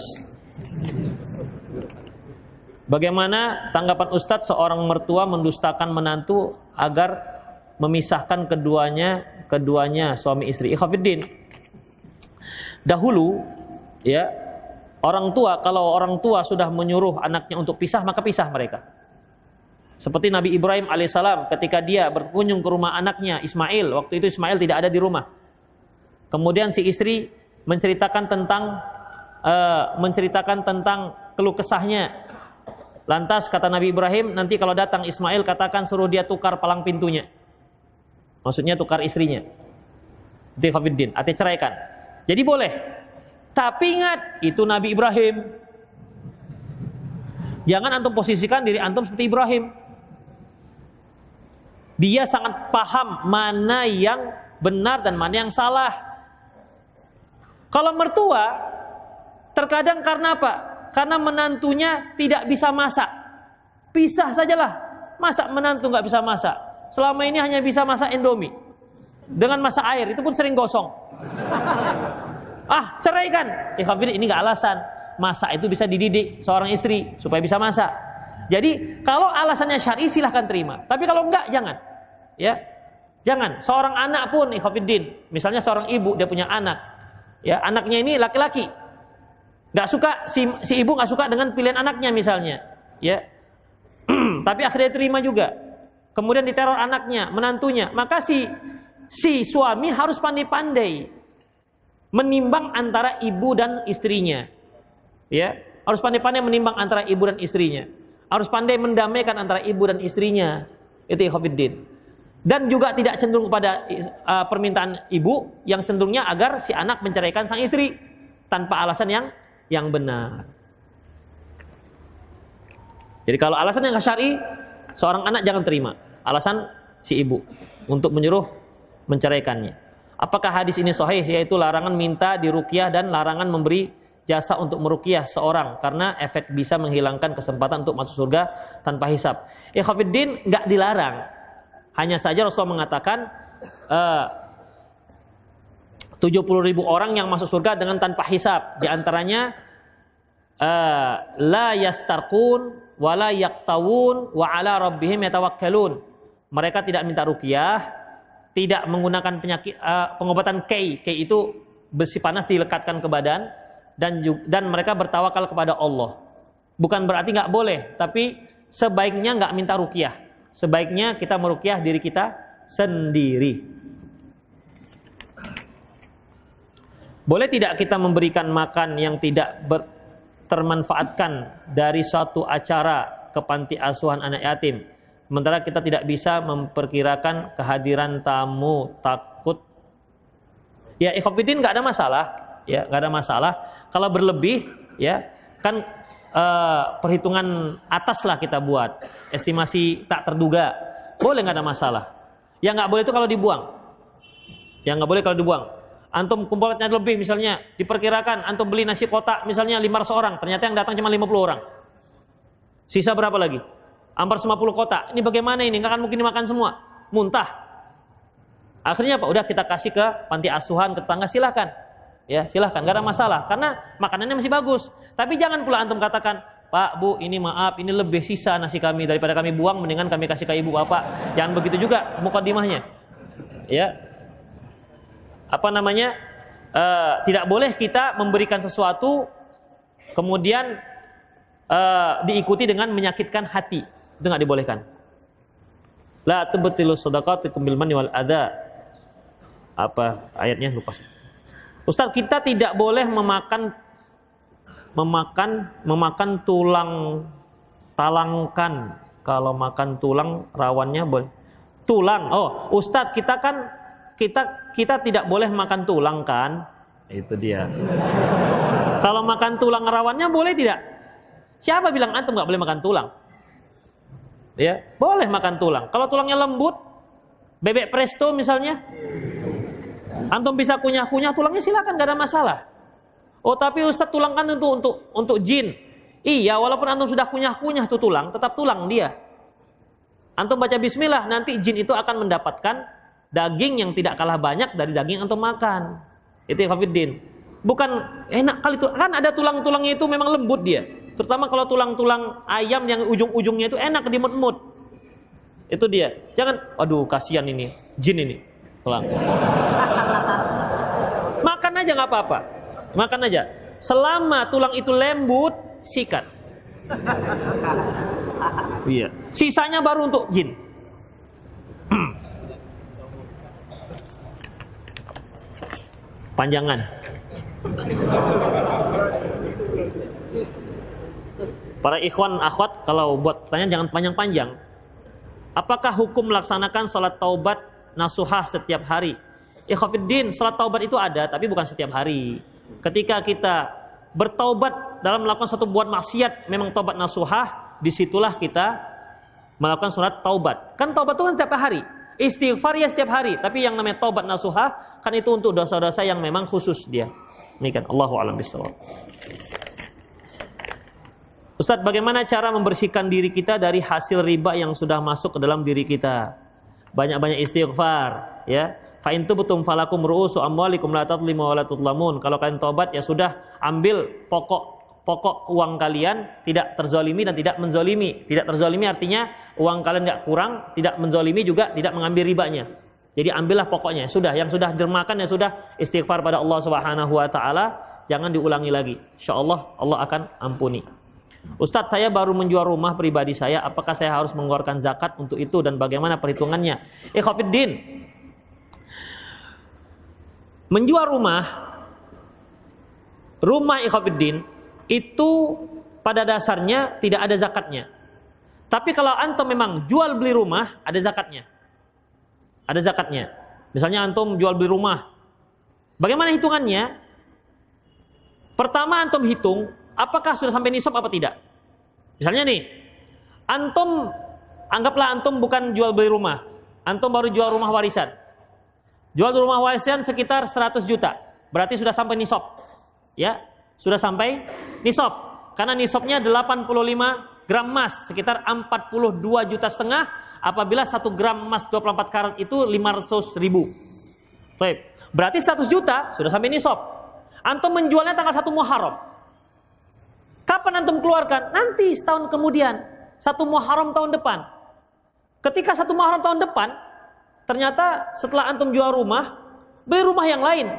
Bagaimana tanggapan Ustadz seorang mertua mendustakan menantu agar memisahkan keduanya keduanya suami istri? Ikhwafiddin, dahulu ya Orang tua, kalau orang tua sudah menyuruh anaknya untuk pisah, maka pisah mereka. Seperti Nabi Ibrahim alaihissalam ketika dia berkunjung ke rumah anaknya Ismail. Waktu itu Ismail tidak ada di rumah. Kemudian si istri menceritakan tentang uh, menceritakan tentang keluh kesahnya. Lantas kata Nabi Ibrahim, nanti kalau datang Ismail katakan suruh dia tukar palang pintunya. Maksudnya tukar istrinya. Itu Khafiddin, artinya ceraikan. Jadi boleh. Tapi ingat, itu Nabi Ibrahim. Jangan antum posisikan diri antum seperti Ibrahim. Dia sangat paham mana yang benar dan mana yang salah. Kalau mertua, terkadang karena apa? Karena menantunya tidak bisa masak. Pisah sajalah. Masak menantu nggak bisa masak. Selama ini hanya bisa masak Indomie. Dengan masak air, itu pun sering gosong. Ah, ceraikan. Eh, ini nggak alasan. Masak itu bisa dididik seorang istri supaya bisa masak. Jadi kalau alasannya syar'i silahkan terima. Tapi kalau enggak jangan. Ya, jangan. Seorang anak pun, ikhwatiddin, misalnya seorang ibu dia punya anak. Ya, anaknya ini laki-laki. Nggak suka si, si ibu nggak suka dengan pilihan anaknya misalnya. Ya, tapi akhirnya terima juga. Kemudian diteror anaknya, menantunya. Maka si si suami harus pandai-pandai menimbang antara ibu dan istrinya. Ya, harus pandai-pandai menimbang antara ibu dan istrinya. Harus pandai mendamaikan antara ibu dan istrinya. Itu ikhwatiddin. Dan juga tidak cenderung kepada uh, permintaan ibu, yang cenderungnya agar si anak menceraikan sang istri tanpa alasan yang yang benar. Jadi kalau alasan yang syar'i, seorang anak jangan terima alasan si ibu untuk menyuruh menceraikannya. Apakah hadis ini sahih, yaitu larangan minta diruqyah dan larangan memberi jasa untuk meruqyah seorang karena efek bisa menghilangkan kesempatan untuk masuk surga tanpa hisab. Ikhwatiddin, enggak dilarang. Hanya saja Rasulullah mengatakan uh, tujuh puluh ribu orang yang masuk surga dengan tanpa hisab. Di antaranya uh, la yastarqun wa la yaqtawun wa ala rabbihim yatawakkalun. Mereka tidak minta ruqyah, tidak menggunakan penyakit uh, pengobatan kei. Kei itu besi panas dilekatkan ke badan, dan dan mereka bertawakal kepada Allah. Bukan berarti nggak boleh, tapi sebaiknya nggak minta ruqyah. Sebaiknya kita meruqyah diri kita sendiri. Boleh tidak kita memberikan makan yang tidak ber, termanfaatkan dari suatu acara ke panti asuhan anak yatim? Sementara kita tidak bisa memperkirakan kehadiran tamu, takut. Ya, ikhwatiddin, nggak ada masalah. Ya, nggak ada masalah. Kalau berlebih, ya kan uh, perhitungan atas lah kita buat, estimasi tak terduga, boleh, nggak ada masalah. Yang nggak boleh itu kalau dibuang. Yang nggak boleh kalau dibuang. Antum kumpulnya lebih, misalnya diperkirakan antum beli nasi kotak misalnya lima ratus orang, ternyata yang datang cuma lima puluh orang. Sisa berapa lagi? Hampir lima puluh kotak. Ini bagaimana ini? Nggak akan mungkin dimakan semua. Muntah. Akhirnya apa? Udah kita kasih ke panti asuhan, ke tetangga, silahkan. Ya, silahkan, gak ada masalah. Karena makanannya masih bagus. Tapi jangan pula antum katakan, Pak, Bu, ini maaf, ini lebih sisa nasi kami, daripada kami buang, mendingan kami kasih ke ibu bapak. Jangan begitu juga mukadimahnya. Ya, apa namanya? Uh, tidak boleh kita memberikan sesuatu kemudian uh, diikuti dengan menyakitkan hati. Itu nggak dibolehkan. La tubtilu shadaqatikum bil manni wal adza. Apa ayatnya, lupa saya. Ustaz, kita tidak boleh memakan memakan memakan tulang talangkan. Kalau makan tulang rawannya boleh. Tulang. Oh, Ustaz, kita kan kita kita tidak boleh makan tulang kan? Itu dia. Kalau makan tulang rawannya boleh tidak? Siapa bilang antum nggak boleh makan tulang? Ya, boleh makan tulang. Kalau tulangnya lembut, bebek presto misalnya, antum bisa kunyah-kunyah tulangnya, silakan, gak ada masalah. Oh, tapi Ustaz, tulang kan untuk untuk untuk jin. Iya, walaupun antum sudah kunyah-kunyah tuh tulang, tetap tulang dia. Antum baca bismillah, nanti jin itu akan mendapatkan daging yang tidak kalah banyak dari daging yang antum makan. Itu ikhwatiddin. Bukan enak kali tuh, kan ada tulang-tulangnya itu memang lembut dia. Terutama kalau tulang-tulang ayam yang ujung-ujungnya itu enak dimut-mut. Itu dia. Jangan, aduh kasihan ini, jin ini. Tulang. Makan aja nggak apa-apa. Makan aja. Selama tulang itu lembut, sikat. Iya. Sisanya baru untuk jin. Panjangan. Para ikhwan akhwat, kalau buat tanya jangan panjang-panjang. Apakah hukum melaksanakan sholat taubat nasuhah setiap hari? Ikhwafiddin, sholat taubat itu ada, tapi bukan setiap hari. Ketika kita bertaubat dalam melakukan satu buat maksiat, memang taubat nasuhah, disitulah kita melakukan sholat taubat. Kan taubat itu kan setiap hari. Istighfar ya setiap hari, tapi yang namanya taubat nasuhah kan itu untuk dosa-dosa yang memang khusus dia. Demikian, Allahu a'lam bishawab. Ustaz, bagaimana cara membersihkan diri kita dari hasil riba yang sudah masuk ke dalam diri kita? Banyak-banyak istighfar, ya. Fa in tubtum falakum ru'usu amwalikum la tadlimu wa la tudlamun. Kalau kalian taubat ya sudah, ambil pokok pokok uang kalian, tidak terzolimi dan tidak menzolimi. Tidak terzolimi artinya uang kalian tidak kurang, tidak menzolimi juga tidak mengambil ribanya. Jadi ambillah pokoknya, sudah, yang sudah dermakan ya sudah, istighfar pada Allah Subhanahu wa taala, jangan diulangi lagi. Insyaallah Allah akan ampuni. Ustadz, saya baru menjual rumah pribadi saya, apakah saya harus mengeluarkan zakat untuk itu dan bagaimana perhitungannya? Ikhwafiddin, menjual rumah, rumah ikhwafiddin itu pada dasarnya tidak ada zakatnya. Tapi kalau antum memang jual beli rumah, ada zakatnya. Ada zakatnya. Misalnya antum jual beli rumah, bagaimana hitungannya? Pertama antum hitung, apakah sudah sampai nisab apa tidak? Misalnya nih, antum, anggaplah antum bukan jual beli rumah, antum baru jual rumah warisan. Jual rumah warisan sekitar seratus juta, berarti sudah sampai nisab. Ya, sudah sampai nisab. Karena nisabnya delapan puluh lima gram emas, sekitar empat puluh dua juta setengah. Apabila satu gram emas dua puluh empat karat itu lima ratus ribu. Baik, berarti seratus juta sudah sampai nisab. Antum menjualnya tanggal satu Muharram. Kapan antum keluarkan? Nanti setahun kemudian, satu Muharram tahun depan. Ketika satu Muharram tahun depan, ternyata setelah antum jual rumah, beli rumah yang lain.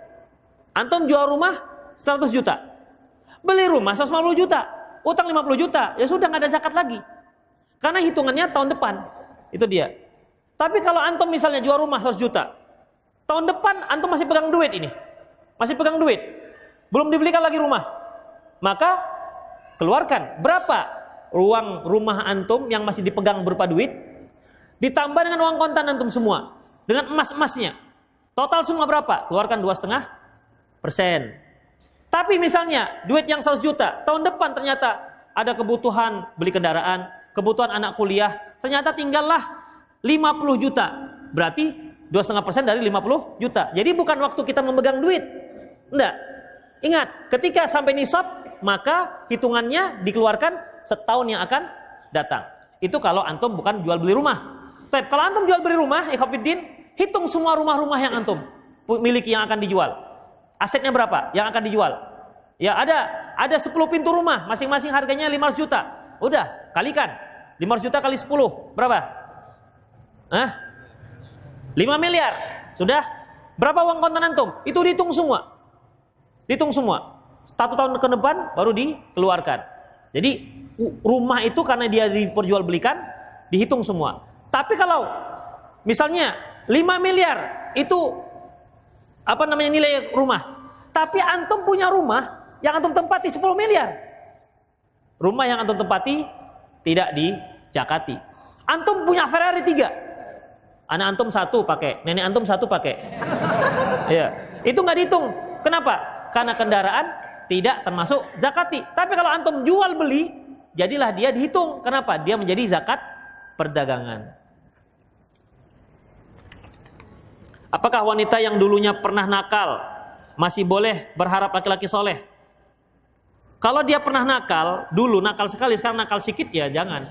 Antum jual rumah seratus juta. Beli rumah seratus lima puluh juta. Utang lima puluh juta. Ya sudah, nggak ada zakat lagi. Karena hitungannya tahun depan. Itu dia. Tapi kalau antum misalnya jual rumah seratus juta. Tahun depan antum masih pegang duit ini. Masih pegang duit. Belum dibelikan lagi rumah. Maka keluarkan berapa uang rumah antum yang masih dipegang berupa duit, ditambah dengan uang kontan antum semua, dengan emas-emasnya, total semua berapa? Keluarkan dua setengah persen. Tapi misalnya duit yang seratus juta, tahun depan ternyata ada kebutuhan beli kendaraan, kebutuhan anak kuliah, ternyata tinggallah lima puluh juta, berarti dua setengah persen dari lima puluh juta. Jadi bukan waktu kita memegang duit, enggak. Ingat, ketika sampai nisab, maka hitungannya dikeluarkan setahun yang akan datang. Itu kalau antum bukan jual beli rumah. Tapi kalau antum jual beli rumah, ikhwafiddin, hitung semua rumah-rumah yang antum miliki yang akan dijual. Asetnya berapa yang akan dijual? Ya ada ada sepuluh pintu rumah, masing-masing harganya lima ratus juta. Udah, kalikan. lima ratus juta kali sepuluh, berapa? Hah? lima miliar. Sudah? Berapa uang kontan antum? Itu dihitung semua. Dihitung semua. Satu tahun ke depan baru dikeluarkan. Jadi rumah itu karena dia diperjualbelikan, dihitung semua. Tapi kalau misalnya lima miliar itu apa namanya nilai rumah, tapi antum punya rumah yang antum tempati sepuluh miliar. Rumah yang antum tempati tidak dijakati. Antum punya Ferrari tiga, anak antum satu pakai, nenek antum satu pakai. Ya, itu nggak dihitung. Kenapa? Karena kendaraan tidak termasuk zakati. Tapi kalau antum jual beli, jadilah dia dihitung. Kenapa? Dia menjadi zakat perdagangan. Apakah wanita yang dulunya pernah nakal masih boleh berharap laki-laki soleh? Kalau dia pernah nakal, dulu nakal sekali, sekarang nakal sedikit, ya jangan.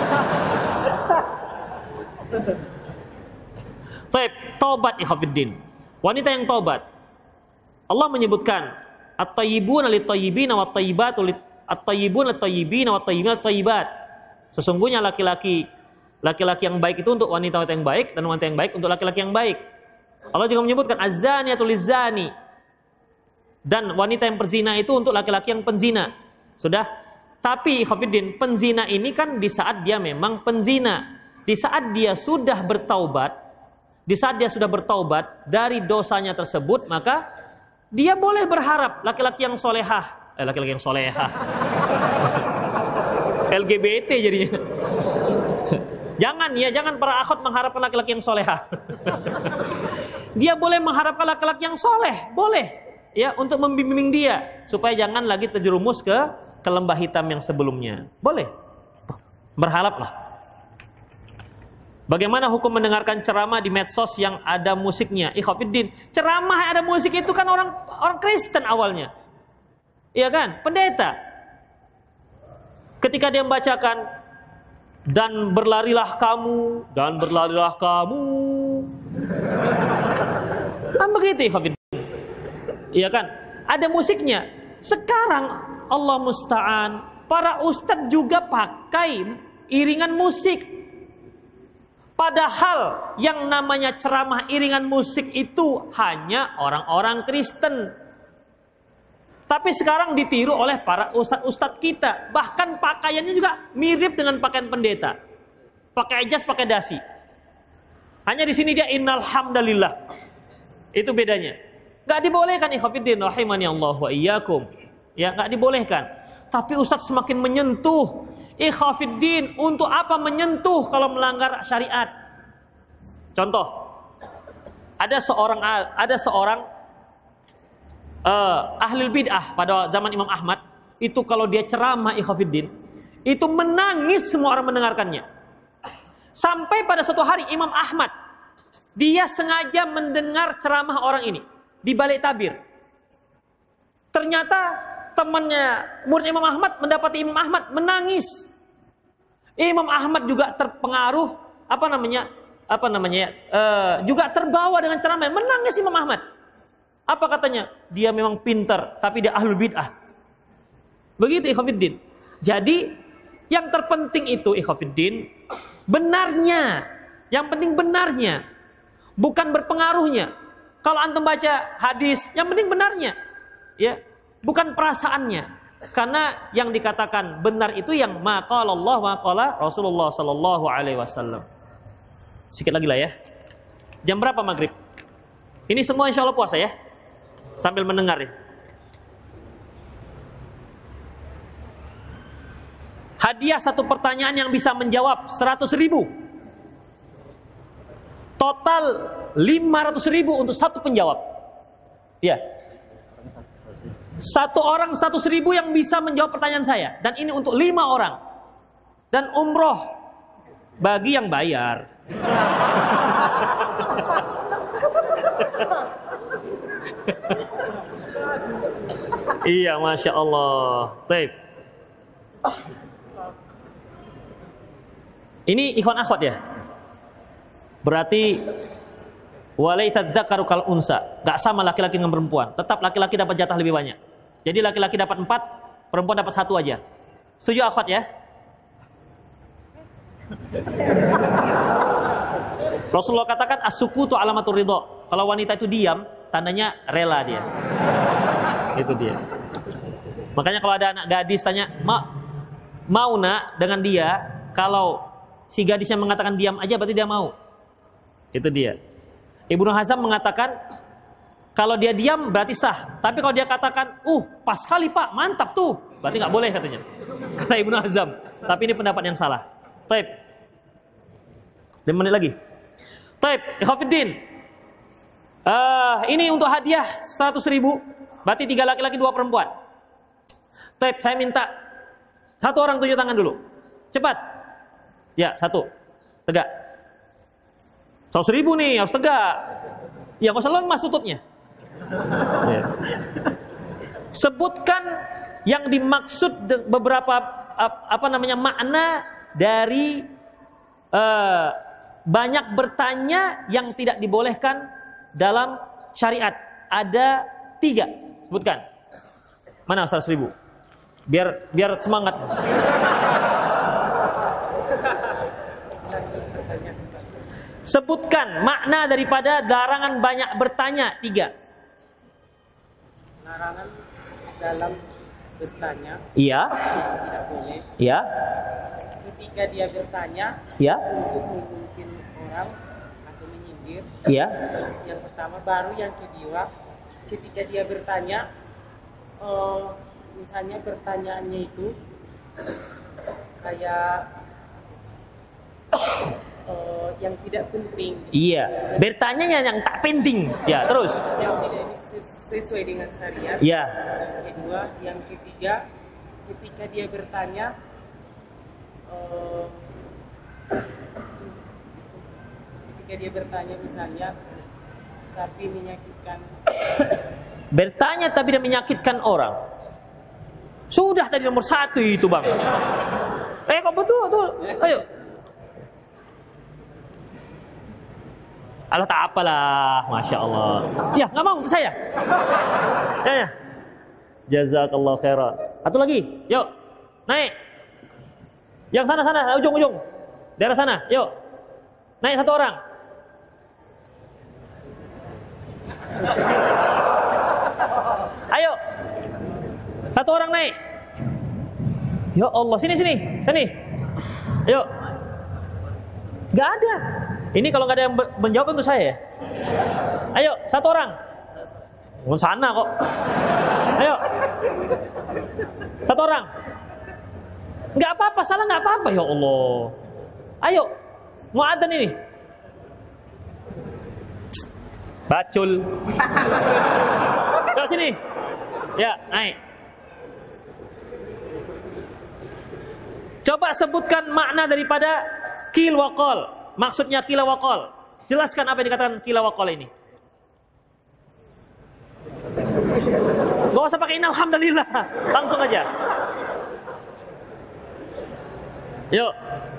Baik, taubat ikhwafiddin. Wanita yang taubat. Allah menyebutkan at-tayyibuna lit-tayyibina wat-tayyibatu lit-tayyibuna lit-tayyibina wat-tayyibina lit-tayyibat. Sesungguhnya laki-laki laki-laki yang baik itu untuk wanita-wanita yang baik dan wanita yang baik untuk laki-laki yang baik. Allah juga menyebutkan az-zaniyatu liz-zani. Dan wanita yang berzina itu untuk laki-laki yang penzina. Sudah? Tapi Khofiddin, penzina ini kan di saat dia memang penzina. Di saat dia sudah bertaubat, di saat dia sudah bertaubat dari dosanya tersebut, maka dia boleh berharap laki-laki yang solehah. Eh, laki-laki yang solehah. L G B T jadinya. Jangan ya, jangan para akhwat mengharapkan laki-laki yang solehah. Dia boleh mengharapkan laki-laki yang soleh, boleh ya, untuk membimbing dia supaya jangan lagi terjerumus ke ke lembah hitam yang sebelumnya. Boleh, berharaplah. Bagaimana hukum mendengarkan ceramah di medsos yang ada musiknya? Ikhwafiddin, ceramah yang ada musik itu kan orang orang Kristen awalnya, iya kan, pendeta. Ketika dia membacakan, dan berlarilah kamu, dan berlarilah kamu, kan begitu Ikhwafiddin, iya kan, ada musiknya. Sekarang Allah musta'an, para ustadz juga pakai iringan musik. Padahal yang namanya ceramah iringan musik itu hanya orang-orang Kristen. Tapi sekarang ditiru oleh para ustadz-ustadz kita. Bahkan pakaiannya juga mirip dengan pakaian pendeta. Pakai jas, pakai dasi. Hanya di sini dia innal hamdalillah. Itu bedanya. Gak dibolehkan ikhwafiddin rahimani Allah wa iyyakum. Ya, gak dibolehkan. Tapi ustadz semakin menyentuh. Ikhwafiddin, untuk apa menyentuh kalau melanggar syariat? Contoh, ada seorang ada seorang uh, ahli bid'ah pada zaman Imam Ahmad. Itu kalau dia ceramah ikhwafiddin, itu menangis semua orang mendengarkannya. Sampai pada suatu hari Imam Ahmad, dia sengaja mendengar ceramah orang ini di balik tabir. Ternyata temannya murid Imam Ahmad mendapati Imam Ahmad menangis. Imam Ahmad juga terpengaruh, apa namanya, apa namanya, uh, juga terbawa dengan ceramah, menangis Imam Ahmad. Apa katanya? Dia memang pintar, tapi dia ahlul bid'ah. Begitu ikhwafiddin. Jadi yang terpenting itu ikhwafiddin, benarnya. Yang penting benarnya, bukan berpengaruhnya. Kalau antum baca hadis, yang penting benarnya, ya, bukan perasaannya. Karena yang dikatakan benar itu yang maqala Allah wa qala Rasulullah sallallahu alaihi wasallam. Sedikit lagi lah ya. Jam berapa maghrib? Ini semua insya Allah puasa ya. Sambil mendengar ya. Hadiah satu pertanyaan yang bisa menjawab seratus ribu. Total lima ratus ribu untuk satu penjawab. Ya. Satu orang seratus ribu yang bisa menjawab pertanyaan saya. Dan ini untuk lima orang. Dan umroh bagi yang bayar. Iya, Masya Allah. Baik. Ini ikhwan akhwat ya. Berarti walaitadzakaru kal unsa. Gak sama laki-laki dengan perempuan. Tetap laki-laki dapat jatah lebih banyak. Jadi laki-laki dapat empat, perempuan dapat satu aja. Setuju akhwat ya? Rasulullah katakan as-sukutu alamatur ridho. Kalau wanita itu diam, tandanya rela dia. Itu dia. Makanya kalau ada anak gadis tanya, Ma, mau nak dengan dia? Kalau si gadisnya mengatakan diam aja, berarti dia mau. Itu dia. Ibnu Hazm mengatakan kalau dia diam berarti sah. Tapi kalau dia katakan, uh pas kali pak, mantap tuh, berarti nggak boleh katanya. Kata Ibnu Hazm. Tapi ini pendapat yang salah. Taib. lima menit lagi. Taib, ikhwafiddin. Uh, ini untuk hadiah seratus ribu. Berarti tiga laki-laki, dua perempuan. Taib, saya minta satu orang tunjuk tangan dulu. Cepat. Ya, satu. Tegak. Seratus ribu nih, harus tegak. Ya, nggak usah lemas tutupnya. Ya. Sebutkan yang dimaksud beberapa apa namanya makna dari uh, banyak bertanya yang tidak dibolehkan dalam syariat. Ada tiga. Sebutkan. Mana seratus ribu? Biar biar semangat. Sebutkan makna daripada larangan banyak bertanya. Tiga. larangan dalam bertanya. Iya. Tidak boleh. Iya. Ketika dia bertanya. Iya. Untuk memimpin orang atau menyindir. Iya. Yang pertama, baru yang kedua, ketika dia bertanya, uh, misalnya pertanyaannya itu kayak uh, yang tidak penting. Iya. Bertanyanya yang tak penting. Ya, terus. Yang tidak sesuai dengan syariat. Iya. Yang kedua, yang ketiga, ketika dia bertanya, uh, ketika dia bertanya misalnya, tapi menyakitkan. Bertanya tapi tidak menyakitkan orang. Sudah tadi nomor satu itu bang. Eh kok betul betul. Ayo. Alah tak apalah, masya Allah. Ya nggak mau untuk saya. Ya ya. Jazakallah khairan. Satu lagi, yuk naik. Yang sana sana, ujung ujung. Daerah sana, yuk. Naik satu orang. Ayo. Satu orang naik. Ya Allah, sini sini, sini. Ayo. Gak ada. Ini kalau gak ada yang menjawab untuk saya. Ayo, satu orang. Mau sana kok. Ayo. Satu orang. Gak apa-apa, salah gak apa-apa ya Allah. Ayo. Mau adzan ini. Bacul. Yuk sini. Ya, naik. Coba sebutkan makna daripada kil wa qal. Maksudnya kila wa qal. Jelaskan apa yang dikatakan kila wa qal ini. Gak usah pakai alhamdulillah. Langsung aja. Yuk.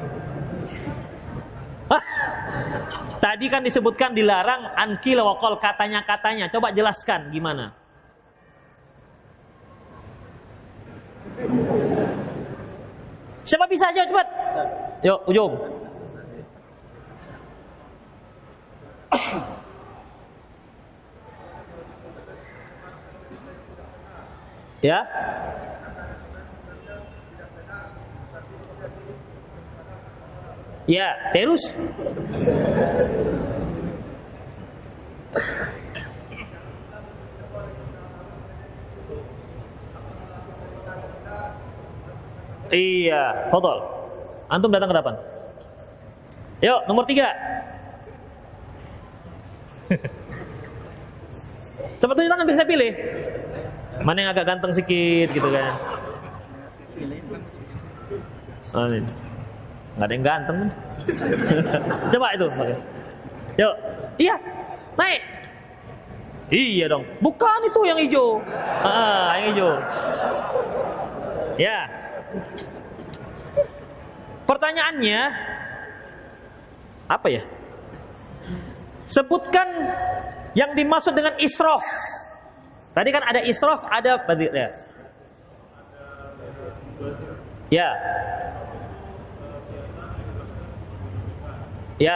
Hah? Tadi kan disebutkan dilarang an kila wa qal, katanya-katanya. Coba jelaskan gimana. Siapa bisa aja cepat. Yuk, ujung. Ya. Ya, terus. Iya, fadhol. Antum datang ke depan. Yuk, nomor tiga. Cepat tunjuk tangan, bisa pilih. Mana yang agak ganteng sedikit gitu kan. Oh, ini. Nggak ada yang ganteng kan? Coba itu. Yuk. Iya, naik. Iya dong. Bukan itu yang hijau. Ah, yang hijau. Ya. Pertanyaannya apa ya? Sebutkan yang dimaksud dengan israf. Tadi kan ada israf, ada badir ya. Ya. Ya.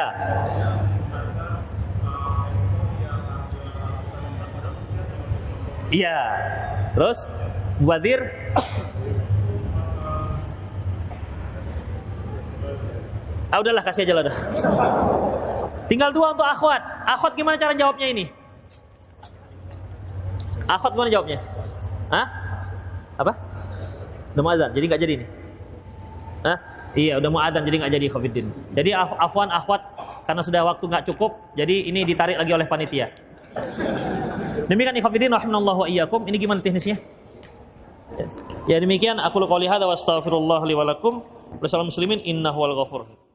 Iya. Terus badir. Ah udahlah, kasih aja lah udah. Tinggal dua untuk akhwat. Akhwat gimana cara jawabnya ini? Akhwat gimana jawabnya? Hah? Apa? Udah mau azan, jadi nggak jadi nih? Hah? Iya, udah mau azan, jadi nggak jadi Khofiddin. Jadi af afwan akhwat, karena sudah waktu nggak cukup, jadi ini ditarik lagi oleh panitia. Demikian Khofiddin, rahimanallahu wa iyyakum. Ini gimana teknisnya? Ya demikian, aku qouli hadza wa astaghfirullah li wa lakum. Wassalamu muslimin innahu wal ghafur.